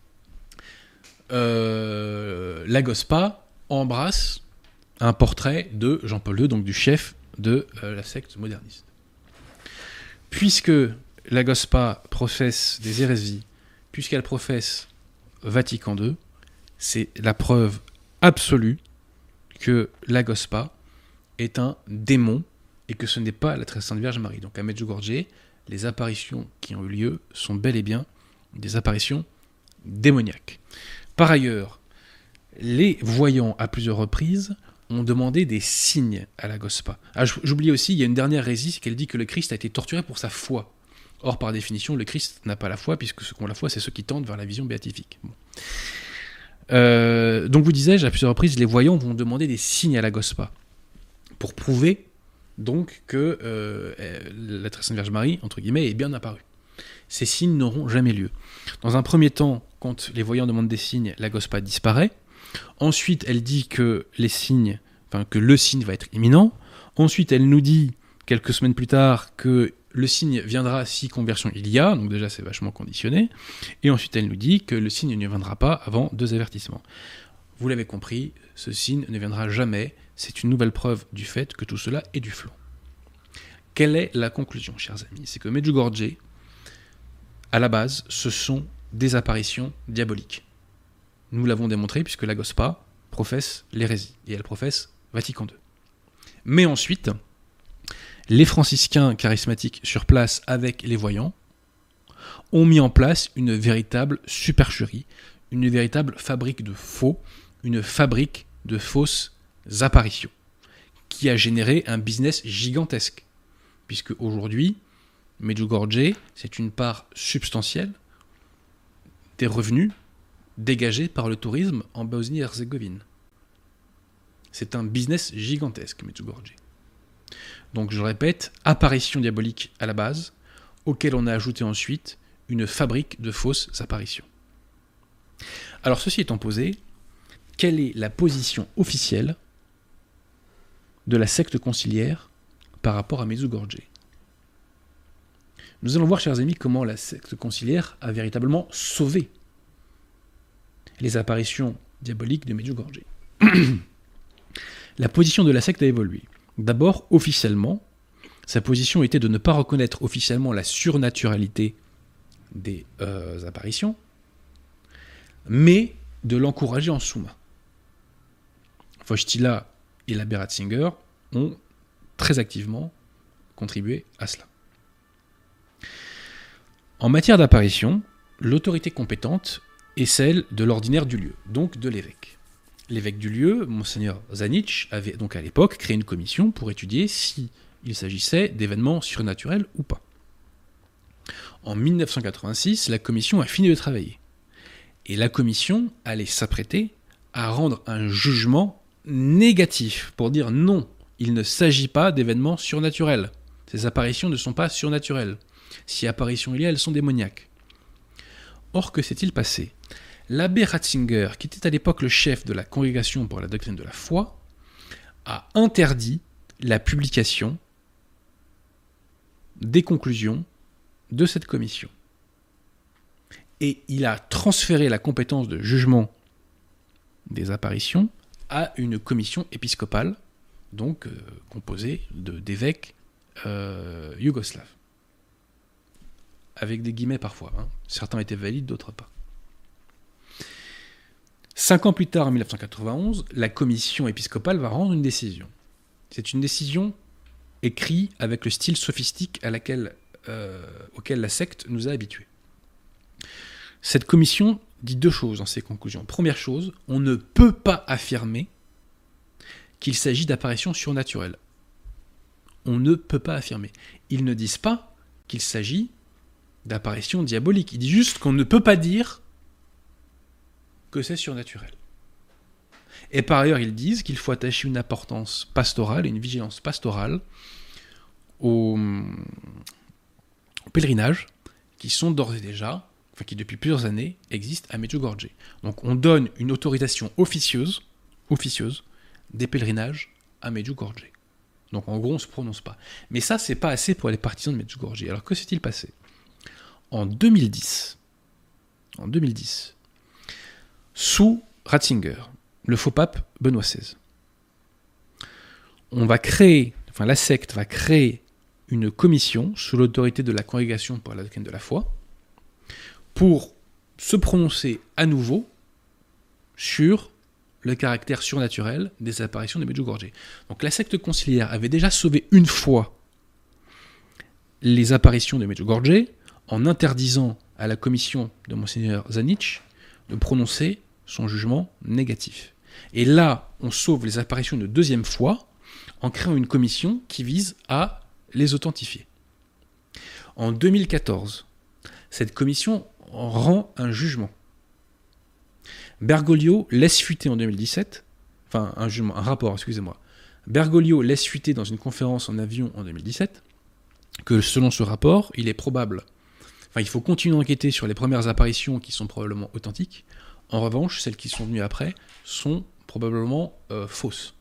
euh, l'Agospa embrasse un portrait de Jean-Paul deux, donc du chef de euh, la secte moderniste. Puisque l'Agospa professe des hérésies, puisqu'elle professe Vatican deux, c'est la preuve absolue que l'Agospa est un démon et que ce n'est pas la très sainte Vierge Marie. Donc à Medjugorje, les apparitions qui ont eu lieu sont bel et bien des apparitions démoniaques. Par ailleurs, les voyants à plusieurs reprises ont demandé des signes à l'Agospa. Ah, j'oublie aussi, il y a une dernière hérésie, c'est qu'elle dit que le Christ a été torturé pour sa foi. Or, par définition, le Christ n'a pas la foi, puisque ceux qui ont la foi, c'est ceux qui tendent vers la vision béatifique. Bon. Euh, donc, vous disais-je, à plusieurs reprises, les voyants vont demander des signes à l'Agospa, pour prouver, donc, que euh, la très sainte Vierge Marie, entre guillemets, est bien apparue. Ces signes n'auront jamais lieu. Dans un premier temps, quand les voyants demandent des signes, l'Agospa disparaît. Ensuite, elle dit que les signes, enfin que le signe va être imminent. Ensuite, elle nous dit, quelques semaines plus tard, que le signe viendra si conversion il y a, donc déjà c'est vachement conditionné. Et ensuite, elle nous dit que le signe ne viendra pas avant deux avertissements. Vous l'avez compris, ce signe ne viendra jamais. C'est une nouvelle preuve du fait que tout cela est du flan. Quelle est la conclusion, chers amis? C'est que Medjugorje, à la base, ce sont des apparitions diaboliques. Nous l'avons démontré puisque l'Agospa professe l'hérésie et elle professe Vatican deux. Mais ensuite, les franciscains charismatiques sur place avec les voyants ont mis en place une véritable supercherie, une véritable fabrique de faux, une fabrique de fausses apparitions qui a généré un business gigantesque. Puisque aujourd'hui, Medjugorje, c'est une part substantielle des revenus dégagés par le tourisme en Bosnie-Herzégovine. C'est un business gigantesque, Medjugorje. Donc je répète, apparition diabolique à la base, auquel on a ajouté ensuite une fabrique de fausses apparitions. Alors ceci étant posé, quelle est la position officielle de la secte conciliaire par rapport à Medjugorje? Nous allons voir, chers amis, comment la secte conciliaire a véritablement sauvé les apparitions diaboliques de Medjugorje. La position de la secte a évolué. D'abord, officiellement, sa position était de ne pas reconnaître officiellement la surnaturalité des euh, apparitions, mais de l'encourager en sous-main. Wojtyla et l'abbé Ratzinger ont très activement contribué à cela. En matière d'apparition, l'autorité compétente est celle de l'ordinaire du lieu, donc de l'évêque. L'évêque du lieu, Monseigneur Zanich, avait donc à l'époque créé une commission pour étudier s'il s'agissait d'événements surnaturels ou pas. En mille neuf cent quatre-vingt-six, la commission a fini de travailler. Et la commission allait s'apprêter à rendre un jugement négatif pour dire non, il ne s'agit pas d'événements surnaturels. Ces apparitions ne sont pas surnaturelles. Si apparitions il y a, elles sont démoniaques. Or, que s'est-il passé ? L'abbé Ratzinger, qui était à l'époque le chef de la Congrégation pour la doctrine de la foi, a interdit la publication des conclusions de cette commission. Et il a transféré la compétence de jugement des apparitions à une commission épiscopale, donc euh, composée de, d'évêques euh, yougoslaves. Avec des guillemets parfois. Hein. Certains étaient valides, d'autres pas. Cinq ans plus tard, en mille neuf cent quatre-vingt-onze, la commission épiscopale va rendre une décision. C'est une décision écrite avec le style sophistique à laquelle, euh, auquel la secte nous a habitués. Cette commission dit deux choses dans ses conclusions. Première chose, on ne peut pas affirmer qu'il s'agit d'apparitions surnaturelles. On ne peut pas affirmer. Ils ne disent pas qu'il s'agit d'apparitions diaboliques. Ils disent juste qu'on ne peut pas dire que c'est surnaturel. Et par ailleurs, ils disent qu'il faut attacher une importance pastorale et une vigilance pastorale aux, aux pèlerinages qui sont d'ores et déjà, enfin qui depuis plusieurs années, existent à Medjugorje. Donc on donne une autorisation officieuse, officieuse des pèlerinages à Medjugorje. Donc en gros, on ne se prononce pas. Mais ça, c'est pas assez pour les partisans de Medjugorje. Alors que s'est-il passé ? En deux mille dix, en deux mille dix, sous Ratzinger, le faux pape Benoît seize, on va créer, enfin la secte va créer une commission sous l'autorité de la Congrégation pour la doctrine de la foi pour se prononcer à nouveau sur le caractère surnaturel des apparitions de Medjugorje. Donc la secte conciliaire avait déjà sauvé une fois les apparitions de Medjugorje en interdisant à la commission de Monseigneur Zanich de prononcer son jugement négatif. Et là, on sauve les apparitions une deuxième fois en créant une commission qui vise à les authentifier. En deux mille quatorze, cette commission rend un jugement. Bergoglio laisse fuiter en deux mille dix-sept, enfin un jugement, un rapport, excusez-moi. Bergoglio laisse fuiter dans une conférence en avion en deux mille dix-sept que selon ce rapport, il est probable, enfin il faut continuer d'enquêter sur les premières apparitions qui sont probablement authentiques. En revanche, celles qui sont venues après sont probablement euh, fausses.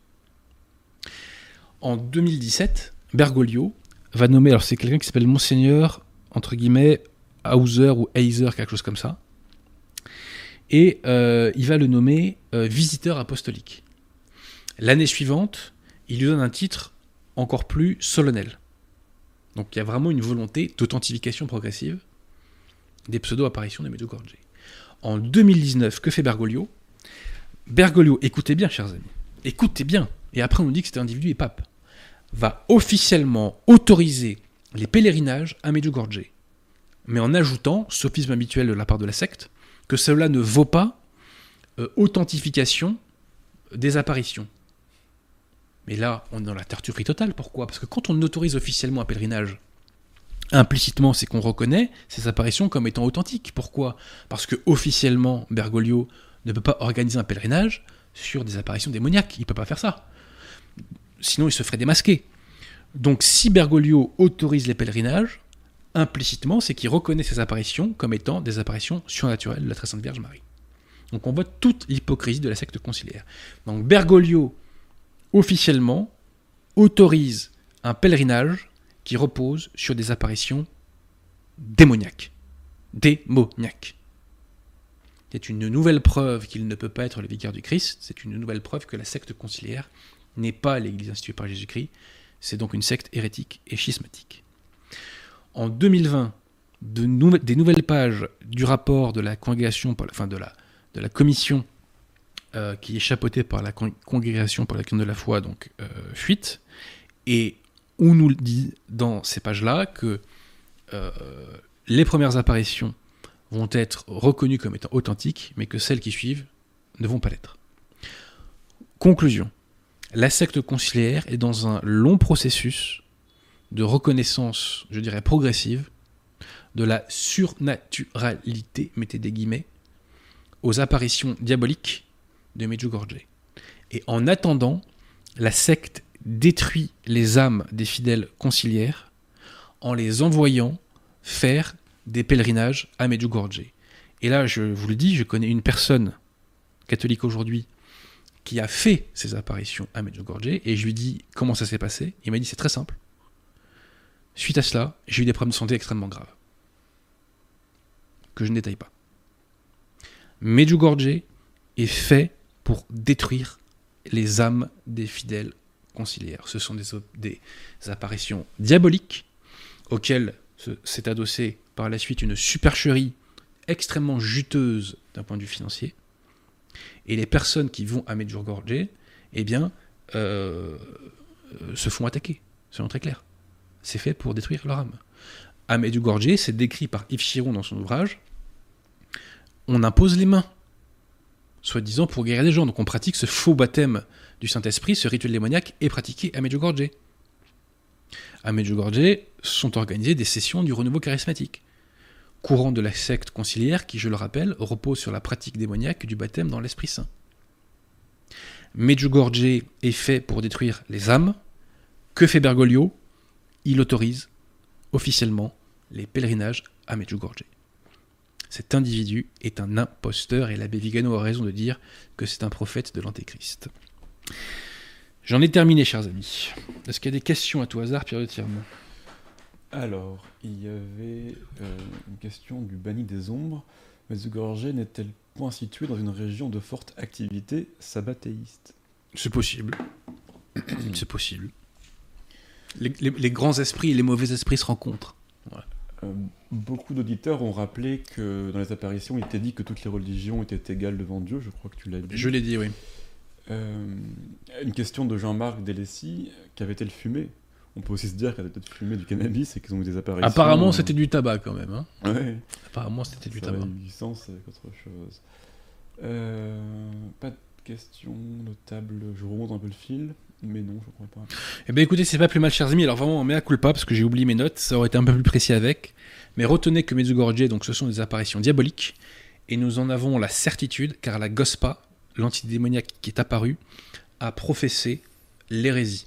En deux mille dix-sept, Bergoglio va nommer, alors c'est quelqu'un qui s'appelle Monseigneur, entre guillemets, Hauser ou Heiser, quelque chose comme ça, et euh, il va le nommer euh, visiteur apostolique. L'année suivante, il lui donne un titre encore plus solennel. Donc il y a vraiment une volonté d'authentification progressive des pseudo-apparitions de Medjugorje. En deux mille dix-neuf, que fait Bergoglio ? Bergoglio, écoutez bien, chers amis, écoutez bien, et après on nous dit que cet individu est pape, va officiellement autoriser les pèlerinages à Medjugorje, mais en ajoutant, sophisme habituel de la part de la secte, que cela ne vaut pas euh, authentification des apparitions. Mais là, on est dans la tartufferie totale. Pourquoi ? Parce que quand on autorise officiellement un pèlerinage, implicitement, c'est qu'on reconnaît ces apparitions comme étant authentiques. Pourquoi ? Parce que officiellement, Bergoglio ne peut pas organiser un pèlerinage sur des apparitions démoniaques. Il ne peut pas faire ça. Sinon, il se ferait démasquer. Donc, si Bergoglio autorise les pèlerinages, implicitement, c'est qu'il reconnaît ces apparitions comme étant des apparitions surnaturelles de la Très Sainte Vierge Marie. Donc, on voit toute l'hypocrisie de la secte conciliaire. Donc, Bergoglio, officiellement, autorise un pèlerinage qui repose sur des apparitions démoniaques. Démoniaques. C'est une nouvelle preuve qu'il ne peut pas être le vicaire du Christ. C'est une nouvelle preuve que la secte conciliaire n'est pas l'Église instituée par Jésus-Christ. C'est donc une secte hérétique et schismatique. En deux mille vingt, de nou- des nouvelles pages du rapport de la congrégation, pour la, enfin de la, de la commission euh, qui est chapeautée par la con- congrégation pour la doctrine de la foi, donc euh, Fuite, et on nous dit dans ces pages-là que euh, les premières apparitions vont être reconnues comme étant authentiques, mais que celles qui suivent ne vont pas l'être. Conclusion. La secte conciliaire est dans un long processus de reconnaissance, je dirais progressive, de la surnaturalité, mettez des guillemets, aux apparitions diaboliques de Medjugorje. Et en attendant, la secte détruit les âmes des fidèles conciliaires en les envoyant faire des pèlerinages à Medjugorje. Et là, je vous le dis, je connais une personne catholique aujourd'hui qui a fait ces apparitions à Medjugorje, et je lui dis comment ça s'est passé. Il m'a dit c'est très simple. Suite à cela, j'ai eu des problèmes de santé extrêmement graves, que je ne détaille pas. Medjugorje est fait pour détruire les âmes des fidèles conciliaires. Ce sont des, des apparitions diaboliques auxquelles s'est adossée par la suite une supercherie extrêmement juteuse d'un point de vue financier. Et les personnes qui vont à Medjugorje, eh bien, euh, euh, se font attaquer, soyons très clairs. C'est fait pour détruire leur âme. À Medjugorje, c'est décrit par Yves Chiron dans son ouvrage, on impose les mains, soi-disant pour guérir les gens. Donc on pratique ce faux baptême du Saint-Esprit, ce rituel démoniaque est pratiqué à Medjugorje. À Medjugorje sont organisées des sessions du renouveau charismatique, courant de la secte conciliaire qui, je le rappelle, repose sur la pratique démoniaque du baptême dans l'Esprit Saint. Medjugorje est fait pour détruire les âmes. Que fait Bergoglio ? Il autorise officiellement les pèlerinages à Medjugorje. Cet individu est un imposteur et l'abbé Vigano a raison de dire que c'est un prophète de l'Antéchrist. J'en ai terminé, chers amis. Est-ce qu'il y a des questions à tout hasard, Pierre de Tirmont ? Alors, il y avait euh, une question du banni des ombres. Medjugorje n'est-elle point située dans une région de forte activité sabbatéiste ? C'est possible. C'est possible. Les, les, les grands esprits et les mauvais esprits se rencontrent. Ouais. Euh, beaucoup d'auditeurs ont rappelé que dans les apparitions, il était dit que toutes les religions étaient égales devant Dieu. Je crois que tu l'as dit. Je l'ai dit, oui. Euh, une question de Jean-Marc Delessy. Qu'avait-elle fumé ? On peut aussi se dire qu'elle a peut-être fumé du cannabis et qu'ils ont eu des apparitions. Apparemment, euh... c'était du tabac quand même. Hein. Ouais. Apparemment, c'était du ça tabac. Ça a eu sens avec autre chose. Euh, pas de questions notables. Je remonte un peu le fil, mais non, je crois pas. Eh bien, écoutez, c'est pas plus mal, chers amis. Alors vraiment, mea culpa, parce que j'ai oublié mes notes. Ça aurait été un peu plus précis avec. Mais retenez que Medjugorje, donc, ce sont des apparitions diaboliques. Et nous en avons la certitude, car la Gospa, l'entité démoniaque qui est apparue, a professé l'hérésie.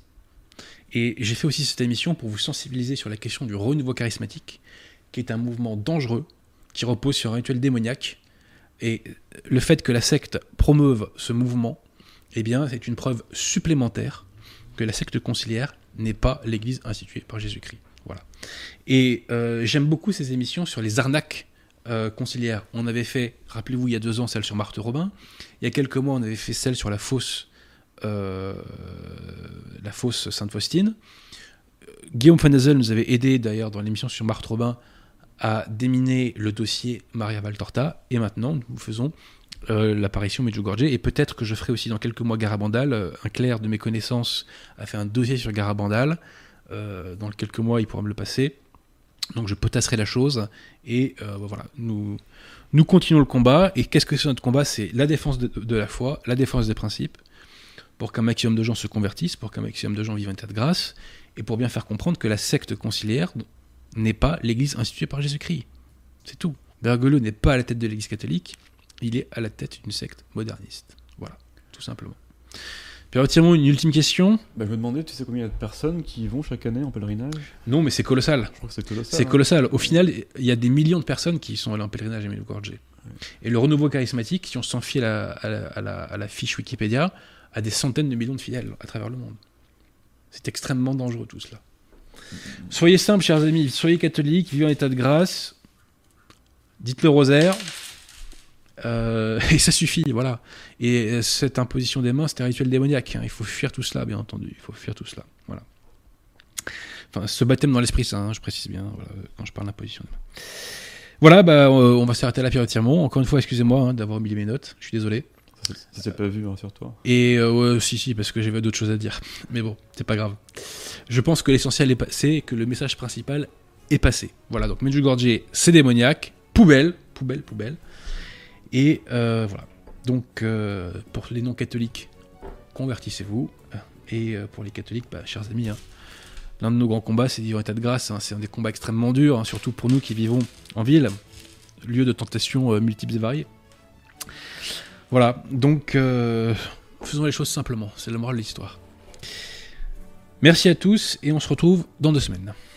Et j'ai fait aussi cette émission pour vous sensibiliser sur la question du renouveau charismatique, qui est un mouvement dangereux, qui repose sur un rituel démoniaque. Et le fait que la secte promeuve ce mouvement, eh bien, c'est une preuve supplémentaire que la secte conciliaire n'est pas l'église instituée par Jésus-Christ. Voilà. Et euh, j'aime beaucoup ces émissions sur les arnaques euh, conciliaires. On avait fait, rappelez-vous, il y a deux ans, celle sur Marthe Robin. Il y a quelques mois, on avait fait celle sur la fausse Euh, la fausse Sainte-Faustine. Guillaume Fanezel nous avait aidé d'ailleurs dans l'émission sur Marthe Robin à déminer le dossier Maria Valtorta, et maintenant nous faisons euh, l'apparition Medjugorje, et peut-être que je ferai aussi dans quelques mois Garabandal. Un clerc de mes connaissances a fait un dossier sur Garabandal, euh, dans quelques mois il pourra me le passer, donc je potasserai la chose, et euh, voilà, nous, nous continuons le combat. Et qu'est-ce que c'est notre combat ? C'est la défense de, de la foi, la défense des principes, pour qu'un maximum de gens se convertissent, pour qu'un maximum de gens vivent un état de grâce, et pour bien faire comprendre que la secte conciliaire n'est pas l'église instituée par Jésus-Christ. C'est tout. Bergoglio n'est pas à la tête de l'église catholique, il est à la tête d'une secte moderniste. Voilà, tout simplement. Pierre Tirmont, une ultime question. Bah, je me demandais, tu sais combien il y a de personnes qui vont chaque année en pèlerinage ? Non, mais c'est colossal. Je crois que c'est colossal. C'est hein. colossal. Au final, il y a des millions de personnes qui sont allées en pèlerinage à Medjugorje. Ouais. Et le renouveau charismatique, si on s'en fie à la, à, la, à, la, à la fiche Wikipédia, a des centaines de millions de fidèles à travers le monde. C'est extrêmement dangereux tout cela. Soyez simples, chers amis, soyez catholiques, vivez en état de grâce, dites le rosaire, euh, et ça suffit, voilà. Et cette imposition des mains, c'est un rituel démoniaque, hein. Il faut fuir tout cela, bien entendu, il faut fuir tout cela, voilà. Enfin, ce baptême dans l'Esprit Saint, hein, je précise bien, voilà, quand je parle d'imposition des mains. Voilà, bah, euh, on va s'arrêter là, Pierre Tirmont. Encore une fois, excusez-moi hein, d'avoir mis mes notes. Je suis désolé. Ça, ça s'est pas vu hein, sur toi. Et euh, ouais, si, si, parce que j'avais d'autres choses à dire. Mais bon, c'est pas grave. Je pense que l'essentiel est passé et que le message principal est passé. Voilà, donc Medjugorje, c'est démoniaque. Poubelle, poubelle, poubelle. Et euh, voilà. Donc, euh, pour les non-catholiques, convertissez-vous. Et euh, pour les catholiques, bah, chers amis, hein, l'un de nos grands combats, c'est vivre en état de grâce. Hein. C'est un des combats extrêmement durs, hein, surtout pour nous qui vivons en ville, lieu de tentation euh, multiples et variées. Voilà, donc euh, faisons les choses simplement, c'est la morale de l'histoire. Merci à tous et on se retrouve dans deux semaines.